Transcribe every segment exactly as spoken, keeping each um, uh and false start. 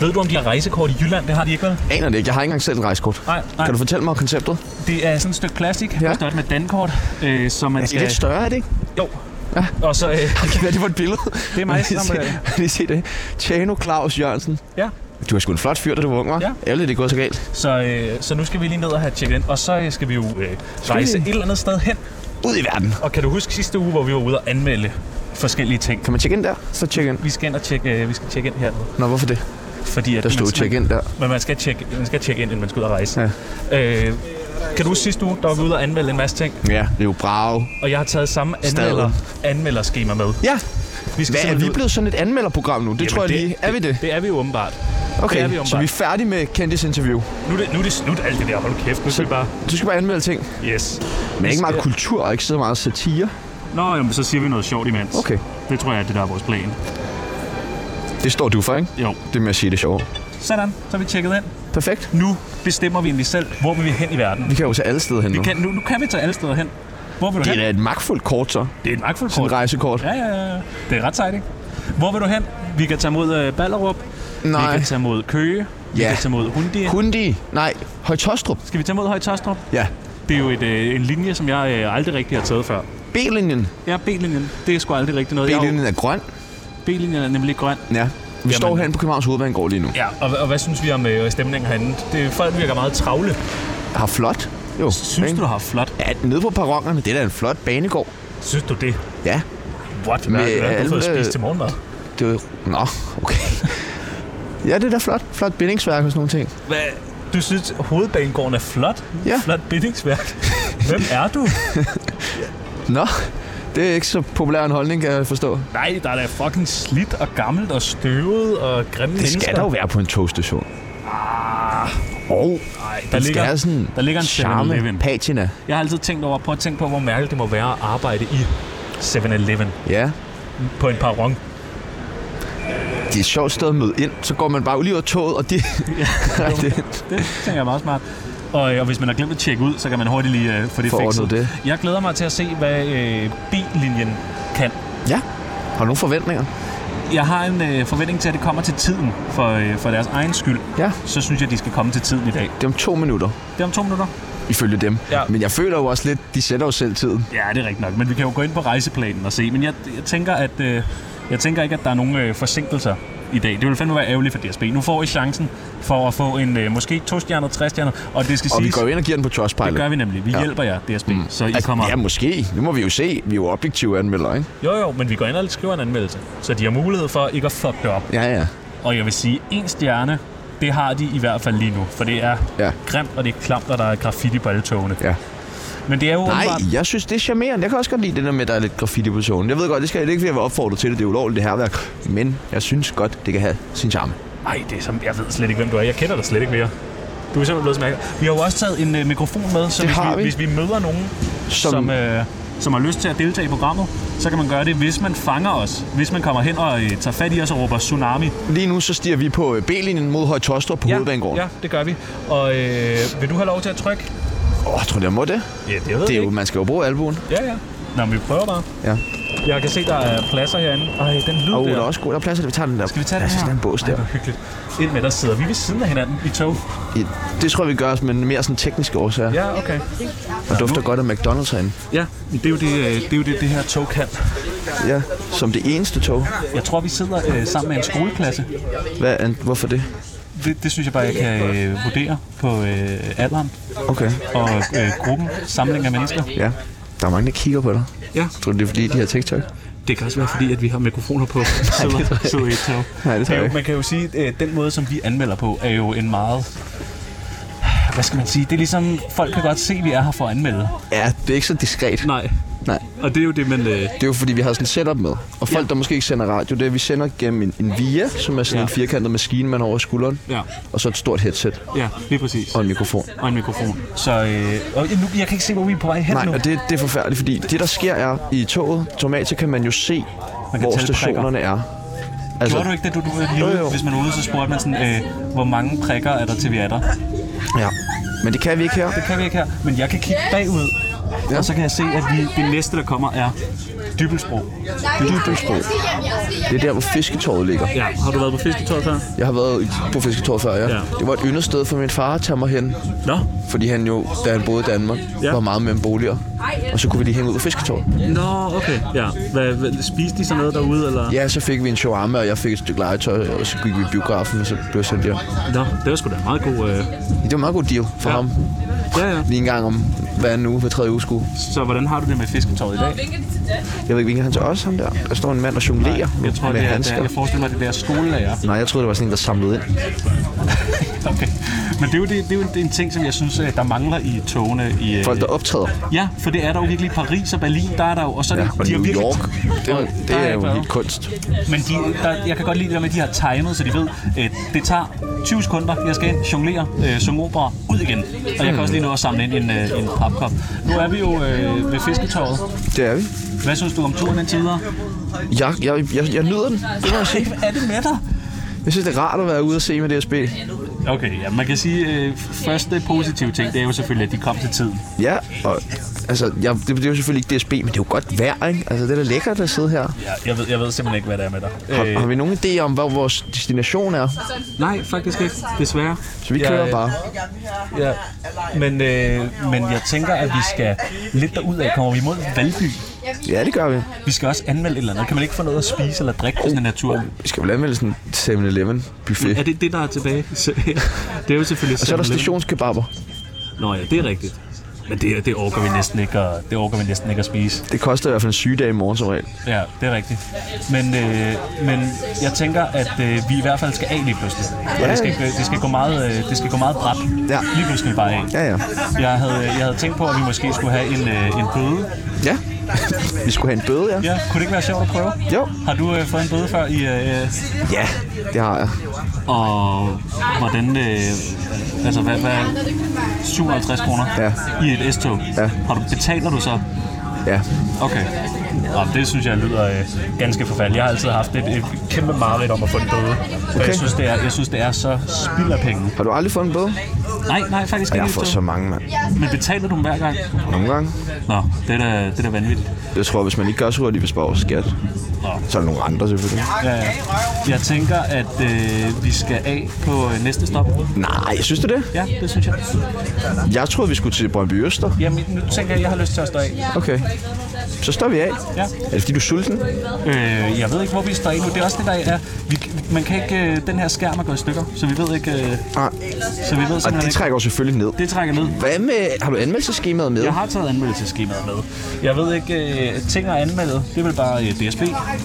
Ved du, om de har rejsekort i Jylland? Det har de ikke, vel? Aner det ikke. Jeg har ikke engang selv et rejsekort. Nej, nej. Kan du fortælle mig om konceptet? Det er sådan et stykke plastik, ja. Størret med dankort, øh, som man det er skal... lidt større, er det ikke? Jo. Ja. Og så... Øh... Okay, det var et billede. Det er mig, som... Har I set det? Tjano Claus Jørgensen. Ja. Du er sgu en flot fyr, da du var ung, hva'? Ja. Ærligt, det er gået så galt. Så, øh, så nu skal vi lige ned og have tjekket ind, og så skal vi jo øh, rejse et eller andet sted hen. Ud i verden. Og kan du huske sidste uge, hvor vi var ude og anmelde forskellige ting? Kan man tjekke ind der? Så tjekke ind. Vi skal ind og tjekke, øh, vi skal tjekke ind hernede. Nå, hvorfor det? Fordi at der stod tjekke ind der. Men man skal tjekke, man skal tjekke ind, inden man skal ud og rejse. Ja. Øh, kan du huske sidste uge, der var vi ude og anmelde en masse ting? Ja, det er jo bravo. Og jeg har taget samme anmelder, anmelderskema med. Ja. Vi skal Hvad, er vi blevet sådan et anmelderprogram nu? Det Jamen tror jeg det, lige. Er vi det? Det er vi jo åbenbart. Okay, vi så vi er færdige med kendisinterview. Nu er det, nu er det slut alt det der. Hold kæft, nu skal vi bare... Du skal bare anmelde ting. Yes. Men ikke meget kultur og ikke så meget satire. Nå, jamen, så siger vi noget sjovt imens. Okay. Det tror jeg, det der er vores plan. Det står du for, ikke? Jo. Det med at sige det sjovt. Sådan, så er vi tjekket ind. Perfekt. Nu bestemmer vi egentlig selv, hvor vi vil hen i verden. Vi kan jo tage alle steder hen vi nu. Kan, nu. Nu kan vi tage alle steder hen. Hvor vil du det hen? Det er et magtfuldt kort, så. Det er et magtfuldt kort. Sådan et rejsekort. Ja, ja, ja. Det er ret sejt, ikke? Hvor vil du hen? Vi kan tage mod uh, Ballerup. Nej. Vi kan tage mod Køge. Vi ja. kan tage mod Hundi. Hundi. Nej, Høje-Taastrup. Skal vi tage mod Høje-Taastrup? Ja. Det er jo et, øh, en linje, som jeg øh, aldrig rigtig har taget før. B-linjen? Ja, B-linjen. Det er sgu aldrig rigtig noget. B-linjen er grøn. B-linjen er nemlig grøn. Ja. Vi Jamen. står herinde på Københavns Hovedbanegård lige nu. Ja, og, og hvad synes vi om øh, stemningen herinde? Det, folk virker meget travle. Har flot. Jo. Synes ikke? du, du har flot? Ja, nede på perronerne. Det er da en flot banegård. Synes du det? Ja. What? Hvad har du fået at spise til morgenmad? Det er jo... Nå, okay. Ja, det er da flot. Flot bindingsværk og sådan nogle ting. Hvad? Du synes, Hovedbanegården er flot? Ja. Flot bindingsværk? Hvem er du? Nå, det er ikke så populær en holdning, kan jeg forstå. Nej, der er da fucking slidt og gammelt og støvet og grimme mennesker. Det skal der jo være på en togstation. Ah. Oh, Ej, der, ligger, sådan der ligger en charme seven eleven. Patina. Jeg har altid tænkt over, prøv at tænke på, hvor mærkeligt det må være at arbejde i seven eleven. Ja. På en perron. Det er et sjovt sted at møde ind, så går man bare lige ud af toget, og de... ja, det, det tænker jeg er meget smart. Og, og hvis man har glemt at tjekke ud, så kan man hurtigt lige uh, få det fikset. Det. Jeg glæder mig til at se, hvad uh, B-linjen kan. Ja. Har du nogle forventninger? Jeg har en uh, forventning til, at det kommer til tiden for, uh, for deres egen skyld. Ja. Så synes jeg, at de skal komme til tiden i dag. Det er om to minutter. Det er om to minutter? Ifølge dem. Ja. Men jeg føler jo også lidt, de sætter jo selv tiden. Ja, det er rigtigt nok. Men vi kan jo gå ind på rejseplanen og se. Men jeg, jeg tænker, at uh, jeg tænker ikke, at der er nogen uh, forsinkelser i dag. Det vil fandme være ærgerligt for D S B. Nu får I chancen for at få en øh, måske to-stjernet, tre-stjernet, og det skal og siges... Og vi går ind og giver den på Trustpilot. Det gør vi nemlig. Vi ja. hjælper jer, D S B. Mm. Så I kommer... Ja, måske. Nu må vi jo se. Vi er jo objektive anmeldere, ikke? Jo, jo, men vi går ind og skriver en anmeldelse. Så de har mulighed for ikke at fuck det op. Ja, ja. Og jeg vil sige, en stjerne, det har de i hvert fald lige nu. For det er ja. grimt, og det er klamt, og der er graffiti på alle togene. Ja. Men det er jo Nej, umiddelbart... jeg synes, det er charmerende. Jeg kan også godt lide det der med, at der er lidt graffiti på togen. Jeg ved godt, det skal jeg ikke, fordi jeg vil opfordre til det. Det er ulovligt, det herværk. Men jeg synes godt, det kan have sin charme. Nej, det er som... Jeg ved slet ikke, hvem du er. Jeg kender dig slet ikke mere. Du er simpelthen blevet smærket. Vi har jo også taget en uh, mikrofon med, så hvis vi, vi. hvis vi møder nogen, som, som, uh, som har lyst til at deltage i programmet, så kan man gøre det, hvis man fanger os. Hvis man kommer hen og uh, tager fat i os og råber tsunami. Lige nu så stiger vi på B-linjen mod Høje-Taastrup på ja, Hovedbanegården. Ja, det gør vi. Og øh, vil du have lov til at trykke? Åh, oh, tror du, jeg må det? Ja, det ved det er jeg jo, man skal jo bruge albuen. Ja, ja. Nå, men vi prøver bare. Ja. Jeg kan se, der er pladser herinde. Ej, den lyd oh, der. der er også god. Der er pladser, vi tager den der. Skal vi tage den her? her? Der er en bås der. Ej, hvor hyggeligt. Ind med, der sidder vi ved siden af hinanden i tog. Ja, det tror jeg, vi gør, men mere sådan tekniske årsager. Ja, okay. Og dufter godt af McDonald's herinde. Ja, det er jo det, det, er jo det, det her tog kan. Ja, som det eneste tog. Jeg tror, vi sidder øh, sammen med en skoleklasse. Hvad, hvorfor det? Det, det synes jeg bare, jeg kan øh, vurdere på øh, alderen. Okay. Og øh, gruppen, samling af mennesker. Ja, der er mange, der kigger på dig. Ja. Tror du, det er fordi, de har TikTok? Det kan også være, fordi at vi har mikrofoner på. Sidder, sidder i et tog. Nej, det tror jeg ikke. Man kan jo sige, at den måde, som vi anmelder på, er jo en meget... Hvad skal man sige? Det er ligesom, folk kan godt se, at vi er her for at anmelde. Ja, det er ikke så diskret. Nej. Nej. Og det er jo det, man... Øh... Det er jo fordi, vi har sådan et setup med. Og folk, ja. der måske ikke sender radio, det er, at vi sender gennem en, en via, som er sådan ja. en firkantet maskine, man har over skulderen. Ja. Og så et stort headset. Ja, lige præcis. Og en mikrofon. Og en mikrofon. Så øh... og nu, jeg kan ikke se, hvor vi er på vej hen Nej, nu. Nej, og det, det er forfærdeligt, fordi det, der sker er, i toget, normalt kan man jo se, man hvor stationerne prikker. er. Altså, gjorde du ikke det, du, du jo, jo. Hvis man er ude, så spurgte man sådan, øh, hvor mange prikker er der til vi er der? Ja, men det kan vi ikke her. Det kan vi ikke her, men jeg kan kigge bagud Ja. Og så kan jeg se, at vi, det næste, der kommer, er Dybbølsbro. Dybbølsbro. Det er der, hvor Fisketorvet ligger. Ja, har du været på Fisketorvet før? Jeg har været på Fisketorvet før, ja. ja. Det var et yndet sted for min far at tage mig hen. Nå? Fordi han jo, da han boede i Danmark, ja. var meget mellem boliger. Og så kunne vi lige hænge ud på Fisketorvet. Nå, okay. Ja. Hvad, hvad, spiste de så noget derude, eller? Ja, så fik vi en shawarma, og jeg fik et stykke legetøj, og så gik vi i biografen, og så blev jeg sendt hjem. Nå, det var sgu da en meget god... Øh... Det var en meget god deal for ja. ham. Ja, ja. Lige en gang om hver en uge, hver tredje uge skulle. Så hvordan har du det med Fisketorvet i dag? Jeg ved ikke, vinker han til os, ham der? Der står en mand og jonglerer jeg tror, med det er, handsker. Der, jeg forestiller mig, det der skolelærer. Nej, jeg troede, det var sådan en, der samlede ind. Okay. Men det er jo, det, det er jo en, en ting, som jeg synes, der mangler i togene. I, folk, der optræder. Ja, for det er der jo virkelig i Paris og Berlin, der er der jo. Og så ja, de, og de New virkelig, York, det er, det er jo helt kunst. Men de, der, jeg kan godt lide det der med, at de har timet, så de ved, at det tager tyve sekunder, jeg skal ind, jonglere, øh, synge opera, ud igen. Og jeg kan også lige nå at samle ind en, øh, en papkop. Nu er vi jo øh, ved Fisketorvet. Det er vi. Hvad synes du om turen indtil videre? Jeg, jeg, jeg, jeg nyder den. Det må jeg sige. Hvad er det med dig? Jeg synes, det er rart at være ude og se med D S B. Okay, ja, man kan sige, øh, første positive ting, det er jo selvfølgelig, at de kom til tid. Ja, og altså, jeg, det, det er jo selvfølgelig ikke D S B, men det er jo godt vejr, ikke? Altså, det er da lækkert at sidde her. Ja, jeg ved, jeg ved simpelthen ikke, hvad det er med dig. Har, øh, har vi nogen idé om, hvor vores destination er? Nej, faktisk ikke, desværre. Så vi kører jeg, bare. Ja, men, øh, men jeg tænker, at vi skal lidt derudad. Kommer vi imod Valby? Ja, det gør vi. Vi skal også anmelde et eller andet. Kan man ikke få noget at spise eller drikke på sådan en natur? Oh, vi skal vel anmelde sådan en seven eleven buffet. Er det det, der er tilbage? Det er jo selvfølgelig. Og så er der stationskebaber. Nå ja, det er rigtigt. Men det, det orker vi næsten ikke at, det orker vi næsten ikke at spise. Det koster i hvert fald en sygedag i morgen som regel. Ja, det er rigtigt. Men, øh, men jeg tænker, at øh, vi i hvert fald skal af lige pludselig. Ja, det, skal, det, skal gå meget, øh, det skal gå meget brat. Ja. Lige pludselig bare af. Ja, ja. Jeg havde, jeg havde tænkt på, at vi måske skulle have en, øh, en bøde. Ja. Vi skulle have en bøde, ja. Ja, kunne det ikke være sjovt at prøve? Jo. Har du øh, fået en bøde før i... Øh... Ja, det har jeg. Og hvordan... Øh, altså, hvad, hvad syvoghalvtreds kroner ja. i et S-tog? Ja. Har du, betaler du så? Ja. Okay. Nå, det synes jeg lyder øh, ganske forfærdeligt. Jeg har altid haft et, et kæmpe mareridt om at få en bøde. Okay. Jeg synes, det er, jeg synes, det er så spild af penge. Har du aldrig fået en bøde? Nej, nej, faktisk ikke. Jeg har fået så mange, mand. Men betaler du dem hver gang? Nogle gange. Nå, det er da, det er da vanvittigt. Jeg tror, hvis man ikke gør så hurtigt, hvis bare skat. Nå. Så er der nogle andre, selvfølgelig. Ja, ja. Jeg tænker, at øh, vi skal af på øh, næste stop. Nej, synes du det? Ja, det synes jeg. Jeg troede, vi skulle til Brøndby Øster. Jamen, nu tænker jeg, at jeg har lyst til at stå af. Okay. Så står vi af. Ja. Er det fordi, du er sulten? Øh, jeg ved ikke, hvor vi står af nu. Det er også det, der er... Vi, man kan ikke... Øh, den her skærm er gået i stykker, så vi ved ikke... Øh, Nej. Så vi ved og det trækker jo selvfølgelig ned. Det trækker ned. Hvad med... Har du anmeldelsesskemaet med? Jeg har taget anmeldelsesskemaet med. Jeg ved ikke... Øh, ting at anmelde, det er vel bare øh, D S B.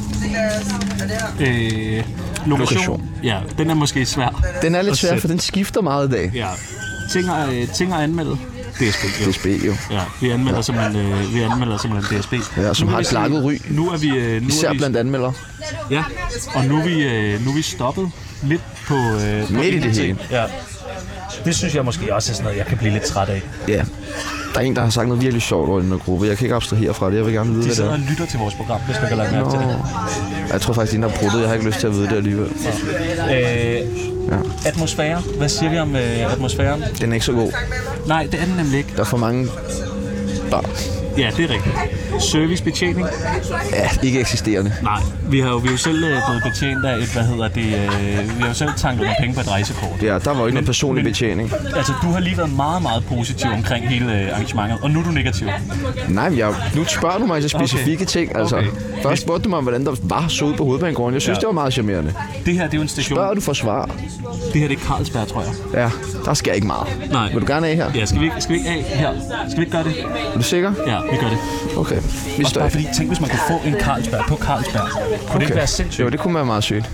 Øh, lokation. lokation. Ja, den er måske svær. Den er lidt svær, for den skifter meget i dag. Ja. Ting at, øh, ting at anmelde. D S B, jo. D S B, jo. Ja, vi anmelder simpelthen, øh, vi anmelder simpelthen D S B. Ja, som har et lakket ry. Nu er vi... Øh, nu Især er vi, blandt anmeldere. Ja, og nu er vi, øh, nu er vi stoppet lidt på... Øh, Midt i det hele. Ja. Det synes jeg måske også er sådan noget, jeg kan blive lidt træt af. Ja. Der er en, der har sagt noget virkelig sjovt over i den her gruppe. Jeg kan ikke abstrahere fra det. Jeg vil gerne vide, de hvad det er. De sidder og lytter til vores program, hvis du kan lade mærke til det. Jeg tror faktisk, de har pruttet. Jeg har ikke lyst til at vide det alligevel. Ja. Øh, ja. Atmosfære. Hvad siger vi om øh, atmosfæren? Den er ikke så god. Nej, det er den nemlig ikke. Der er for mange børn. Ja, det er rigtigt. Servicebetjening? Ja, ikke eksisterende. Nej, vi har jo, vi har jo selv blevet betjent af et, hvad hedder det, øh, vi har jo selv tanket nogle penge på et rejsekort. Ja, der var jo ikke men, noget personlig men, betjening. Altså, du har lige været meget, meget positiv omkring hele øh, arrangementet, og nu er du negativ. Nej, men jeg, nu spørger du mig til specifikke okay. ting, altså. Okay. Først spurgte du mig, hvordan der var så ude på Hovedbanegården. Jeg synes, ja. det var meget charmerende. Det her, det er jo en station. Spørger du for svar? Det her, det er Carlsberg, tror jeg. Ja, der skal ikke meget. Nej. Vil du gerne af her? Ja, skal vi, skal vi ikke af her? Skal vi ikke gøre det? Er du sikker? Ja, vi gør det. Okay, vi står bare fordi, tænk hvis man kunne få en Carlsberg på Carlsberg. Kunne okay. det ikke være sindssygt? Jo, det kunne være meget sygt.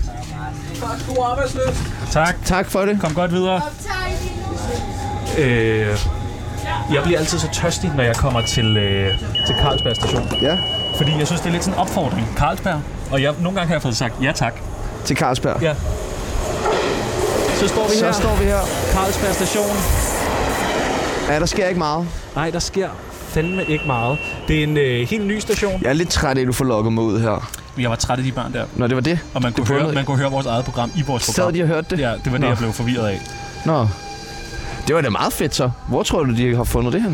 Tak. Tak for det. Kom godt videre. Øh, jeg bliver altid så tørstig, når jeg kommer til, øh, til Carlsberg station. Ja. Fordi jeg synes, det er lidt sådan en opfordring. Carlsberg. Og jeg, nogle gange har jeg fået sagt ja tak. Til Carlsberg? Ja. Så står vi så her. Så står vi her. Carlsberg station. Ja, der sker ikke meget. Nej, der sker fandme ikke meget. Det er en øh, helt ny station. Jeg er lidt træt af, at du får lukket mig ud her. Jeg var træt af de børn der. Nå, det var det? Og man kunne, høre, man kunne høre vores eget program i vores program. Sad de og hørte det? Ja, det var det, Nå. jeg blev forvirret af. Nå. Det var da meget fedt så. Hvor tror du, de har fundet det hen?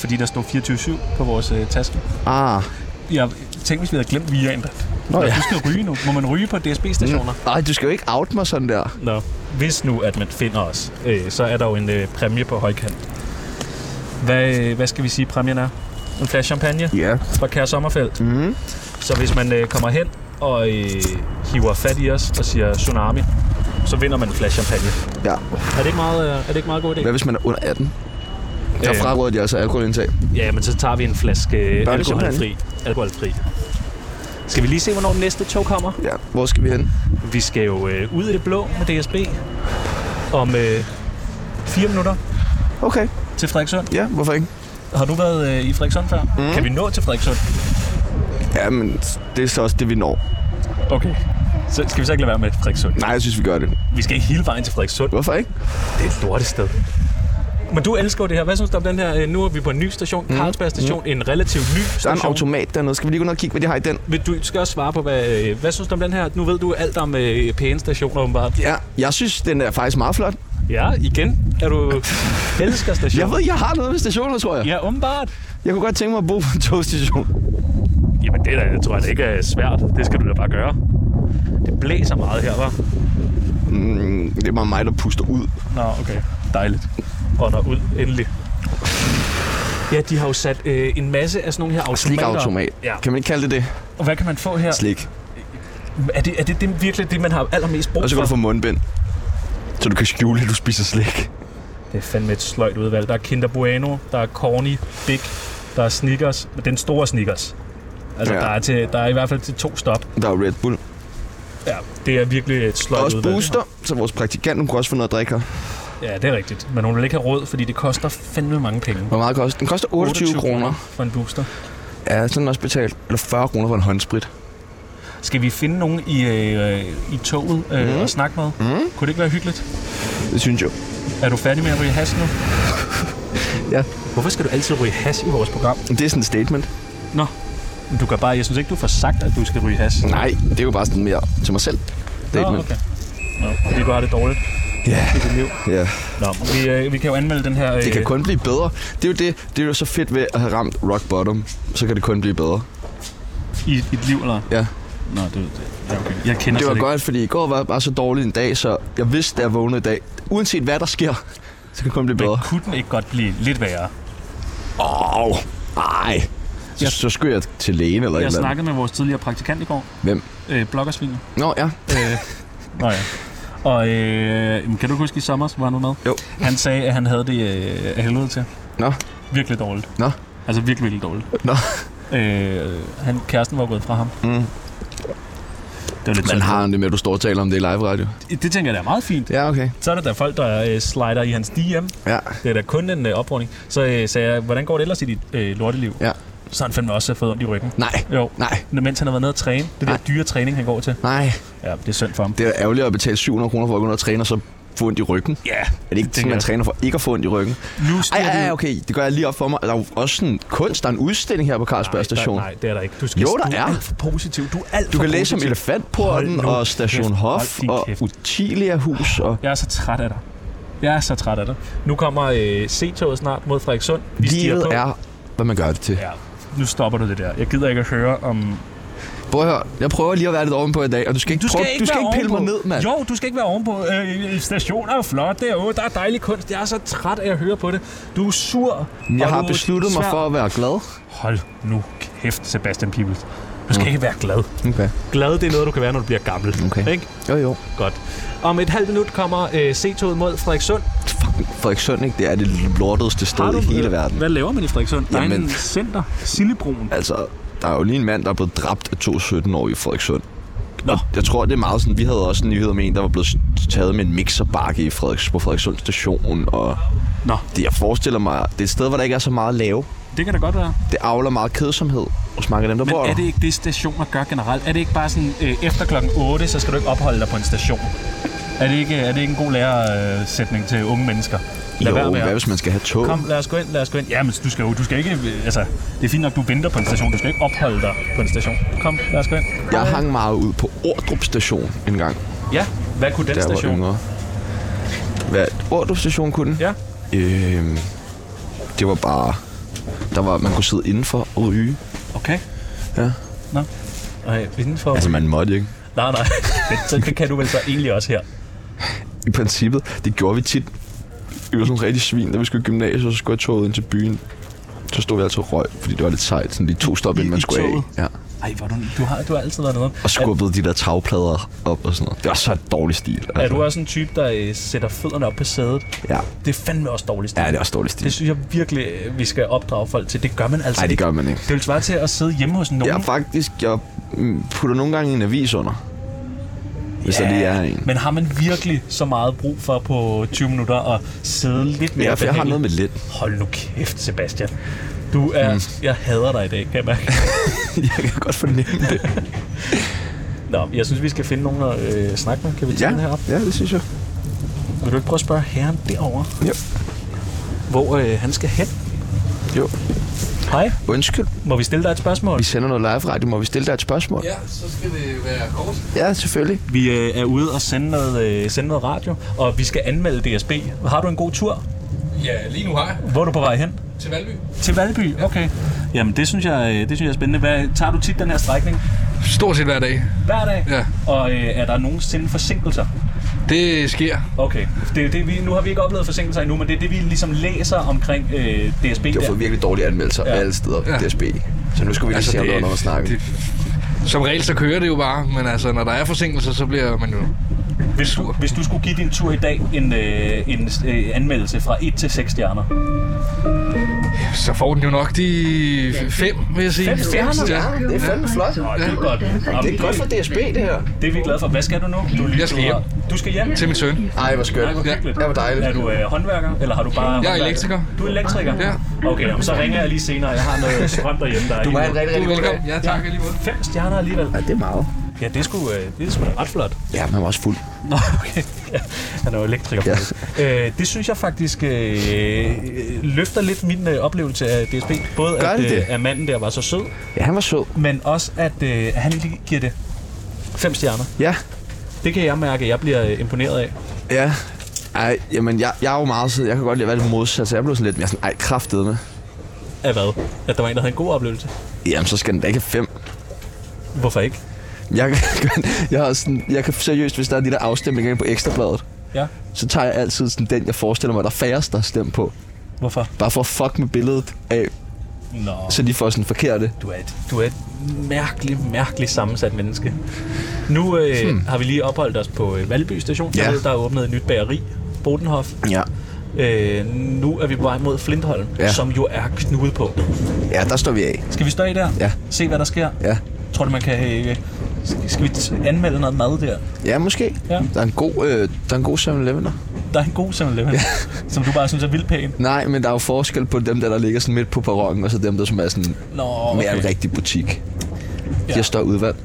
fordi der står fireogtyve syv på vores øh, taske. Ah. Jeg tænkte, hvis vi havde glemt Viaen. Nå ja. Du skal ryge nu. Må man ryge på D S B-stationer? Nej, mm. du skal jo ikke out mig sådan der. Nå. Hvis nu, at man finder os, øh, så er der jo en øh, præmie på højkant. Hvad, øh, hvad skal vi sige, præmien er? En flaske champagne? Ja. Yeah. Fra Kære Sommerfelt. Mm. Så hvis man øh, kommer hen og øh, hiver fat i os og siger tsunami, så vinder man en flaske champagne. Ja. Er det ikke meget, øh, er det ikke meget god idé? Hvad hvis man er under atten? Der øh, fraråder de altså alkoholindtag. Ja, men så tager vi en flaske øh, alkoholfri. alkoholfri. Skal vi lige se, hvornår den næste tog kommer? Ja, hvor skal vi hen? Vi skal jo øh, ud i det blå med D S B om øh, fire minutter. Okay. Til Frederikssund. Ja, hvorfor ikke? Har du været øh, i Frederikssund før? Mm. Kan vi nå til Frederikssund? Ja, men det er så også det, vi når. Okay. Så skal vi så ikke lade være med Frederikssund? Nej, jeg synes, vi gør det. Vi skal ikke hele vejen til Frederikssund. Hvorfor ikke? Det er et lortet sted. Men du elsker det her. Hvad synes du om den her? Nu er vi på en ny station. Mm. Carlsberg station. Mm. En relativt ny station. Der er en automat dernede. Skal vi lige gå ned og kigge, hvad de har i den? Du skal også svare på, hvad, hvad synes du om den her? Nu ved du alt om øh, pæne stationer, åbenbart. Ja, jeg synes, den er faktisk meget flot. Ja, igen. Er du elsker stationer? Jeg ved, jeg har noget med stationer, tror jeg. Ja, åbenbart. Jeg kunne godt tænke mig at bo på en togstation. Jamen, det der, tror jeg da ikke er svært. Det skal du da bare gøre. Det blæser meget her, hva'? Mm, det er bare mig, der puster ud. Nå, okay. Dejligt. Ånder ud, endelig. Ja, de har jo sat øh, en masse af sådan nogle her automater. Slikautomat. Ja. Kan man ikke kalde det det? Og hvad kan man få her? Slik. Er det, er det, det virkelig det, man har allermest brug for? Og så kan du få mundbind. Så du kan skjule, at du spiser slik. Det er fandme et sløjt udvalg. Der er Kinder Bueno, der er Corny, Big, der er Snickers. Den store Snickers. Altså, ja. der, er til, der er i hvert fald til to stop. Der er Red Bull. Ja, det er virkelig et sløjt også udvalg. Også Booster, så vores praktikant kunne også få noget at drikke her. Ja, det er rigtigt. Men hun vil ikke have råd, fordi det koster fandme mange penge. Hvor meget koster? Den koster otteogtyve kroner for en Booster. Ja, så er den også betalt. Eller fyrre kroner for en håndsprit. Skal vi finde nogen i, øh, i toget øh, mm. og snakke med? Mm. Kunne det ikke være hyggeligt? Det synes jeg. Er du færdig med at ryge hash nu? Ja. Hvorfor skal du altid ryge hash i vores program? Det er sådan et statement. Nå, men du kan bare... Jeg synes ikke, du får sagt, at du skal ryge hash. Nej, det er jo bare sådan mere til mig selv. Statement. Nå, okay. Nå, fordi du har det dårligt. Ja. I dit liv. Ja. Nå, vi, øh, vi kan jo anmelde den her... Øh... Det kan kun blive bedre. Det er jo det, det er jo så fedt ved at have ramt rock bottom. Så kan det kun blive bedre. I et liv, eller? Ja. Nå, det, det ja, okay. Jeg kender det var ikke. godt, fordi i går var bare så dårlig en dag, så jeg vidste, da jeg vågnede i dag, uanset hvad der sker, så kan det kun blive bedre. Men kunne den ikke godt blive lidt værre? Åh, oh, ej. Så, jeg, så skulle jeg til lægen eller Jeg eller snakkede med vores tidligere praktikant i går. Hvem? Øh, Bloggersvin. Nå, ja. Øh, nå ja. Og øh, kan du huske i sommer, var han med? Jo. Han sagde, at han havde det øh, af helvede til. Nå. Virkelig dårligt. Nå. Altså virkelig, virkelig dårligt. Nå. Øh, han, kæresten var gået fra ham. Mm. Det var lidt Men har han det med, at du står og taler om det i live radio? Det, det tænker jeg, der er meget fint. Ja, okay. Så er der der folk, der øh, slider i hans D M. Ja. Det er da kun en øh, opfordring. Så øh, sagde jeg, hvordan går det ellers i dit øh, lorteliv? Ja. Så har han fandme også fået ondt i ryggen. Nej. Jo. Nej. Mens han har været nede at træne. Det Nej. der dyre træning, han går til. Nej. Ja, det er synd for ham. Det er ærgerligt at betale syv hundrede kroner for at gå ned og træne, og så få ondt i ryggen. Ja. Er det ikke ting, man træner for ikke at få ondt i ryggen? Nu ej, ej, okay. Det gør jeg lige op for mig. Der er jo også sådan kunst, der er en udstilling her på Carlsberg Station. Nej, det er der ikke. Du skal jo, der du er. alt for positiv. Du er alt Du for kan positiv. læse om Elefantporten og Station kæft. Hof og Utilia Hus. Og... Jeg er så træt af dig. Jeg er så træt af dig. Nu kommer øh, C-toget snart mod Frederikssund. Vi stiger på. er, hvad man gør det til. Ja, nu stopper du det der. Jeg gider ikke at høre om... Prøv at høre, jeg prøver lige at være lidt ovenpå i dag, og du skal ikke, du skal prøve, ikke, du skal ikke pille ovenpå. mig ned, mand. Jo, du skal ikke være ovenpå. Øh, stationen er jo flot, det er jo, der er dejlig kunst. Jeg er så træt af at høre på det. Du er sur. Jeg har besluttet mig for at være glad. Hold nu kæft, Sebastian Peebles. Du skal mm. ikke være glad. Okay. Glad, det er noget, du kan være, når du bliver gammel. Okay. Ikke? Jo, jo. Godt. Om et halvt minut kommer øh, C-toget mod Frederikssund. Fucking Frederikssund, ikke? Det er det lortedeste sted du, i hele øh, verden. Hvad laver man i Frederikssund? Der er Jamen, en center, Sillebroen. Altså, der er jo lige en mand, der er blevet dræbt af to sytten-årige i Frederikssund. Nå. Jeg tror, det er meget sådan... Vi havde også en nyhed med en, der var blevet taget med en mixerbakke i Frederiks, på Frederikssund station. Og Nå. Det, jeg forestiller mig, det er et sted, hvor der ikke er så meget lave. Det kan da godt være. Det avler meget kedsomhed hos mange af dem, der Men bor der. er det ikke det, stationer gør generelt? Er det ikke bare sådan, øh, efter klokken otte, så skal du ikke opholde dig på en station? Er det ikke, er det ikke en god lærersætning til unge mennesker? Lad jo, være med hvad hvis man skal have tog? Kom, lad os gå ind, lad os gå ind. Ja, men du skal jo, du skal ikke, altså, det er fint nok, du venter på en station. Du skal ikke opholde dig på en station. Kom, lad os gå ind. Jeg hang meget ud på Ordrup station en gang. Ja, hvad kunne den der station? Var hvad Ordrup station kunne? Ja. Øhm, det var bare der var, man kunne sidde indenfor og ryge. Okay. Ja. Nå. Nej, indenfor. Altså, man måtte ikke. Nej, nej. Så det kan du vel så egentlig også her. I princippet, det gjorde vi tit. Vi var sådan rigtig svin, da vi skulle i gymnasiet, og så skulle jeg toget ind til byen. Så stod vi altid og røg, fordi det var lidt sejt. Sådan de to stop, inden man skulle af. Ja. Ej, hvor du, du, har, du har altid været noget. Og skubbede de der tagplader op og sådan noget. Det var så et dårligt stil. Altså. Er du også en type, der sætter fødderne op på sædet? Ja. Det er fandme også dårligt stil. Ja, det er også dårligt stil. Det synes jeg virkelig, vi skal opdrage folk til. Det gør man altså Nej, det gør man ikke. Det vil svare til at sidde hjemme hos nogen. Ja, faktisk. Jeg putter nogle gange en avis under. Hvis ja, der lige er en. Men har man virkelig så meget brug for på tyve minutter at sidde lidt mere? Ja, for jeg har noget med lidt. Hold nu kæft, Sebastian. Du er... Mm. Jeg hader dig i dag, kan jeg mærke. Jeg kan godt fornemme det. Nå, jeg synes, vi skal finde nogen at øh, snakke med. Kan vi tage ja, den herop? Ja, det synes jeg. Vil du ikke prøve at spørge herren derovre? Jo. Hvor øh, han skal hen? Jo. Hej. Undskyld. Må vi stille dig et spørgsmål? Vi sender noget live-radio. Må vi stille dig et spørgsmål? Ja, så skal det være kort. Ja, selvfølgelig. Vi øh, er ude og sende noget, øh, sende noget radio, og vi skal anmelde D S B. Har du en god tur? Ja, lige nu har jeg. Hvor er du på vej hen? Til Valby. Til Valby? Okay. Jamen, det synes jeg, det synes jeg er spændende. Hvad, tager du tit den her strækning? Stort set hver dag. Hver dag? Ja. Og øh, er der nogensinde forsinkelser? Det sker. Okay. Det, det, vi, nu har vi ikke oplevet forsinkelser endnu, men det er det, vi ligesom læser omkring øh, D S B. Det har fået virkelig dårlige anmeldelser ja. alle steder ja. D S B. Så nu skal vi lige altså, se, om der er noget at snakke. Det, som regel så kører det jo bare, men altså, når der er forsinkelser, så bliver man jo... Hvis du, hvis du skulle give din tur i dag en, øh, en øh, anmeldelse fra et til seks stjerner? Så får den jo nok de fem, vil jeg sige. Fem stjerner? Ja, det er fandme flot. Ja. Det er godt. Det er godt for D S B, det her. Det er vi glade for. Hvad skal du nu? Du, jeg skal hjem. Du skal hjem? Til min søn. Ej, hvor skønt. Ja. Det var dejligt. Er du øh, håndværker, eller har du bare... Jeg er elektriker. Du er elektriker? Ja. Okay, jamen, så ringer jeg lige senere. Jeg har noget strøm derhjemme, der er... Du må have en rigtig, rigtig god dag. Ja, tak alligevel. Fem stjerner alligevel. Ja, det er meget. Ja, det er sgu, det er sgu da ret flot. Ja, man var også fuld. Nå, okay. Ja, han er jo elektriker. Ja. Øh, det synes jeg faktisk øh, løfter lidt min øh, oplevelse af D S B. Både Gør at, det øh, det? at manden der var så sød. Ja, han var sød. Men også, at øh, han lige giver det fem stjerner. Ja. Det kan jeg mærke, at jeg bliver øh, imponeret af. Ja. Ej, jamen, jeg, jeg er jo meget sød. Jeg kan godt lide at være lidt modsat, så jeg blev sådan lidt mere sådan, ej, kraftedeme. Af hvad? At der var en, der havde en god oplevelse? Jamen, så skal den da ikke have fem. Hvorfor ikke? Jeg kan, jeg, har sådan, jeg kan seriøst, hvis der er de der afstemninger på Ekstrabladet, ja. så tager jeg altid sådan den, jeg forestiller mig, der er færrest, der har stemt på. Hvorfor? Bare for at fuck med billedet af, Nå. så de får sådan forkerte. Du er et, du er et mærkeligt, mærkeligt sammensat menneske. Nu øh, hmm. har vi lige opholdt os på øh, Valby Station. Ja. Der er åbnet et nyt bageri, Bodenhof. Ja. Øh, nu er vi på vej mod Flintholm, ja. som jo er knudepunktet. Ja, der står vi af. Skal vi stå i der? Ja. Se, hvad der sker? Ja. Tror du, man kan... Øh, skal vi anmelde noget mad der? Ja, måske. Ja. Der er en god, øh, der er en god seven eleven der. Der er en god seven eleven, ja. som du bare synes er vildt pæn. Nej, men der er jo forskel på dem, der, der ligger sådan midt på perronen, og så dem, der som er sådan Nå, okay. mere en rigtig butik. De ja. har større udvalg.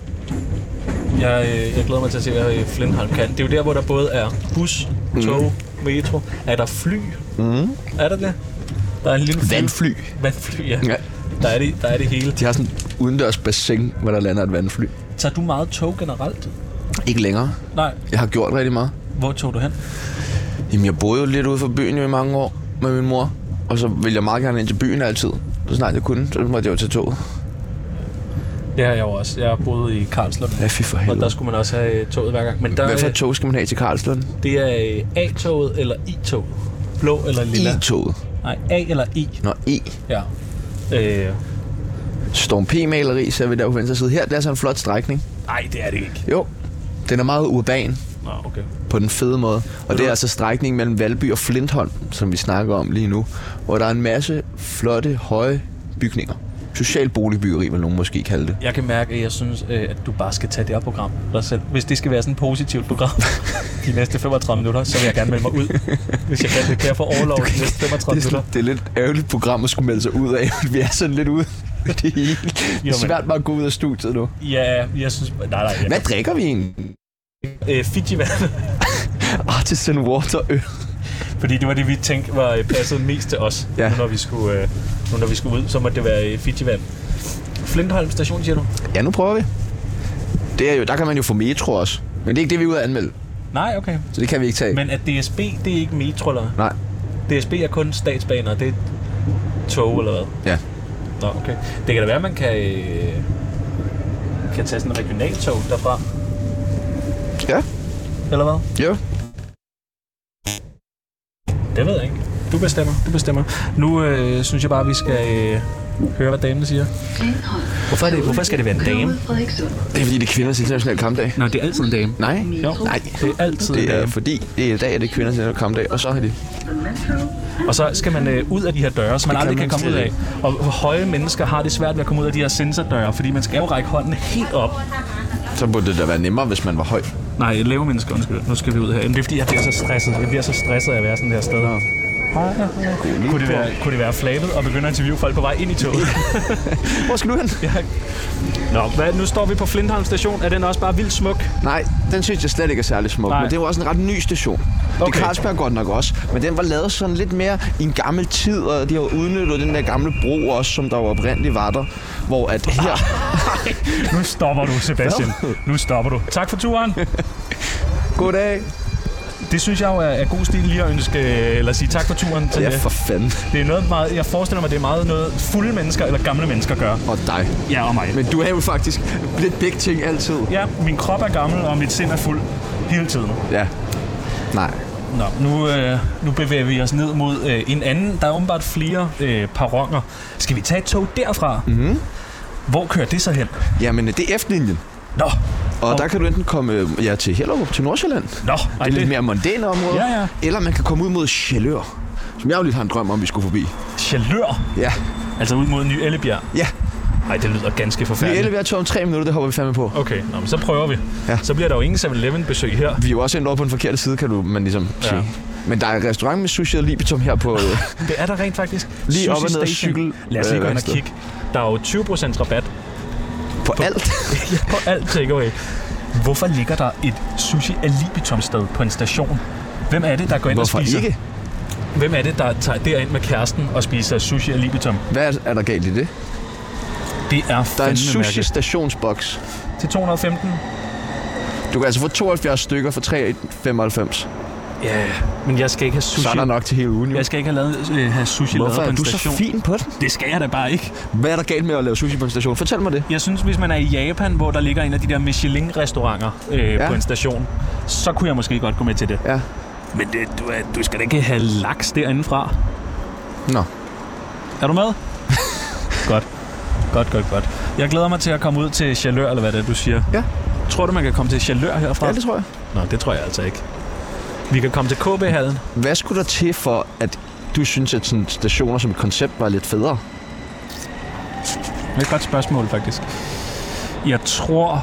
Jeg, øh, jeg glæder mig til at se, hvad Flintholm kan. Det er jo der, hvor der både er bus, tog, mm. metro. Er der fly? Mm. Er der det? Der er en lille fly. Vandfly. Vandfly, ja. ja. Der, er det, der er det hele. De har sådan et udendørs bassin, hvor der lander et vandfly. Tager du meget tog generelt? Ikke længere. Nej. Jeg har gjort rigtig meget. Hvor tog du hen? Jamen, jeg boede jo lidt ude for byen jo i mange år med min mor. Og så ville jeg meget gerne ind til byen altid. Så snart jeg kunne, så måtte jeg jo tage toget. Det har jeg jo også. Jeg boede i Karlslund. Ja, fy for helvede. Og der skulle man også have toget hver gang. Men der, hvad for et tog skal man have til Karlslund? Det er A-toget eller I-toget. Blå eller lilla. I-toget? Nej, A eller I. Nå, I. Ja. Øh. Storm P-maleri, så er vi der på venstre side. Her, det er så en flot strækning. Nej, det er det ikke. Jo. Den er meget urban. Nå, okay. På den fede måde. Og det er altså strækningen mellem Valby og Flintholm, som vi snakker om lige nu. Hvor der er en masse flotte, høje bygninger. Social boligbyggeri, vil nogen måske kalde det. Jeg kan mærke, at jeg synes, at du bare skal tage det her program dig selv. Hvis det skal være sådan et positivt program de næste femogtredive minutter, så vil jeg gerne melde mig ud. Hvis jeg kan det, kan jeg få overlov de næste femogtredive minutter. Det er lidt ærgerligt program at skulle melde sig ud af. Vi er sådan lidt ude. Det er helt jo, svært bare at gå ud af studiet nu. Ja, jeg synes... Nej, nej. Jeg... Hvad drikker vi egentlig? Øh, Fiji-vand. Artisan water øl. Fordi det var det, vi tænkte var passet mest til os, ja. nu, når vi skulle, øh, nu når vi skulle ud. Så måtte det være Fiji-vand. Flintholm station, siger du? Ja, nu prøver vi. Det er jo, der kan man jo få metro også. Men det er ikke det, vi er ude at anmelde. Nej, okay. Så det kan vi ikke tage. Men at D S B, det er ikke metro, eller? Nej. D S B er kun statsbaner, det er tog, eller hvad? Ja. Nå, okay. Det kan da være, at man kan, øh, kan tage sådan en regionaltog derfra. Ja. Eller hvad? Jo. Det ved jeg ikke. Du bestemmer, du bestemmer. Nu øh, synes jeg bare, vi skal øh, høre, hvad damen siger. Hvorfor, er det, hvorfor skal det være en dame? Det er fordi, det er kvinders internationale kampdag. Nå, det er altid en dame. Nej, jo. Nej. Det er altid det en er dame. fordi, det er i dag, det er kvinders internationale kampdag, og så har de... Og så skal man øh, ud af de her døre, som man det aldrig kan kan komme ud af. Og høje mennesker har det svært ved at komme ud af de her sensordøre, fordi man skal jo række hånden helt op. Så burde det da være nemmere, hvis man var høj. Nej, lave mennesker, undskyld. Nu skal vi ud her. Det er fordi, jeg bliver så stresset. Jeg bliver så stresset af at være sådan der sted her. Kunne det, være, kunne det være flabet og begynde at interviewe folk på vej ind i toget? Hvor skal du hen? Ja. Nå, hvad, nu står vi på Flintholm station. Er den også bare vildt smuk? Nej, den synes jeg slet ikke er særlig smuk. Nej. Men det var også en ret ny station. Okay. Det er Carlsberg godt nok også. Men den var lavet sådan lidt mere i en gammel tid, og de har udnyttet den der gamle bro også, som der var oprindeligt var der. Hvor at her... Nu stopper du, Sebastian. Nu stopper du. Tak for turen. Goddag. Det synes jeg jo er, er god stil lige at ønske, eller sige tak for turen til. Ja, for fanden. Det er noget meget, jeg forestiller mig, det er meget noget fulde mennesker eller gamle mennesker gør. Og dig. Ja, og mig. Men du er jo faktisk lidt begge ting altid. Ja, min krop er gammel, og mit sind er fuld hele tiden. Ja. Nej. Nå, nu, øh, nu bevæger vi os ned mod øh, en anden. Der er åbenbart flere øh, perroner. Skal vi tage et tog derfra? Mhm. Hvor kører det så hen? Jamen, det er F-linjen. Nå. Og, og der kan du enten komme ja, til Hellerup, til Nordsjælland. Nå, det er lidt det... mere mondæne område. Ja, ja. Eller man kan komme ud mod Sjælør, som jeg jo lidt har en drøm om, vi skulle forbi. Sjælør? Ja. Altså ud mod Ny Ellebjerg? Ja. Nej, det lyder ganske forfærdeligt. Ny Ellebjerg tog om tre minutter, det hopper vi fandme på. Okay, nå, men så prøver vi. Ja. Så bliver der jo ingen seven eleven besøg her. Vi er jo også endt over på den forkerte side, kan du man ligesom ja. sige. Men der er en restaurant med sushi og libitum her på... Det er der rent faktisk. Lige op og ned af cykel. Lad os lige gå ind og kigge. Der er jo tyve procent rabat. På, på alt? Ja, på alt takeaway. Hvorfor ligger der et sushi af libitum sted på en station? Hvem er det, der går ind Hvorfor og spiser? Ikke? Hvem er det, der tager derind med kæresten og spiser sushi af libitum? Hvad er, er der galt i det? Det er Der er en sushi-stationsboks. Til to hundrede og femten. Du kan altså få tooghalvfjerds stykker for tre komma femoghalvfems. Ja, men jeg skal ikke have sushi. Så er der nok til hele ugen, jo. Jeg skal ikke have, lavet, øh, have sushi Hvorfor lavet på en station. station. Hvorfor er du så fin på den? Det skal jeg da bare ikke. Hvad er der galt med at lave sushi på en station? Fortæl mig det. Jeg synes, hvis man er i Japan, hvor der ligger en af de der Michelin-restauranter øh, ja. på en station, så kunne jeg måske godt gå med til det. Ja. Men det, du, er, du skal da ikke have laks derindefra. Nå. Er du med? Godt. Godt, godt, godt. Jeg glæder mig til at komme ud til Sjælør, eller hvad det er, du siger. Ja. Tror du, man kan komme til Sjælør herfra? Ja, det tror jeg. Nå, det tror jeg altså ikke. Vi kan komme til K B-hallen. Hvad skulle der til for, at du synes, at sådan stationer som et koncept var lidt federe? Det er et godt spørgsmål, faktisk. Jeg tror...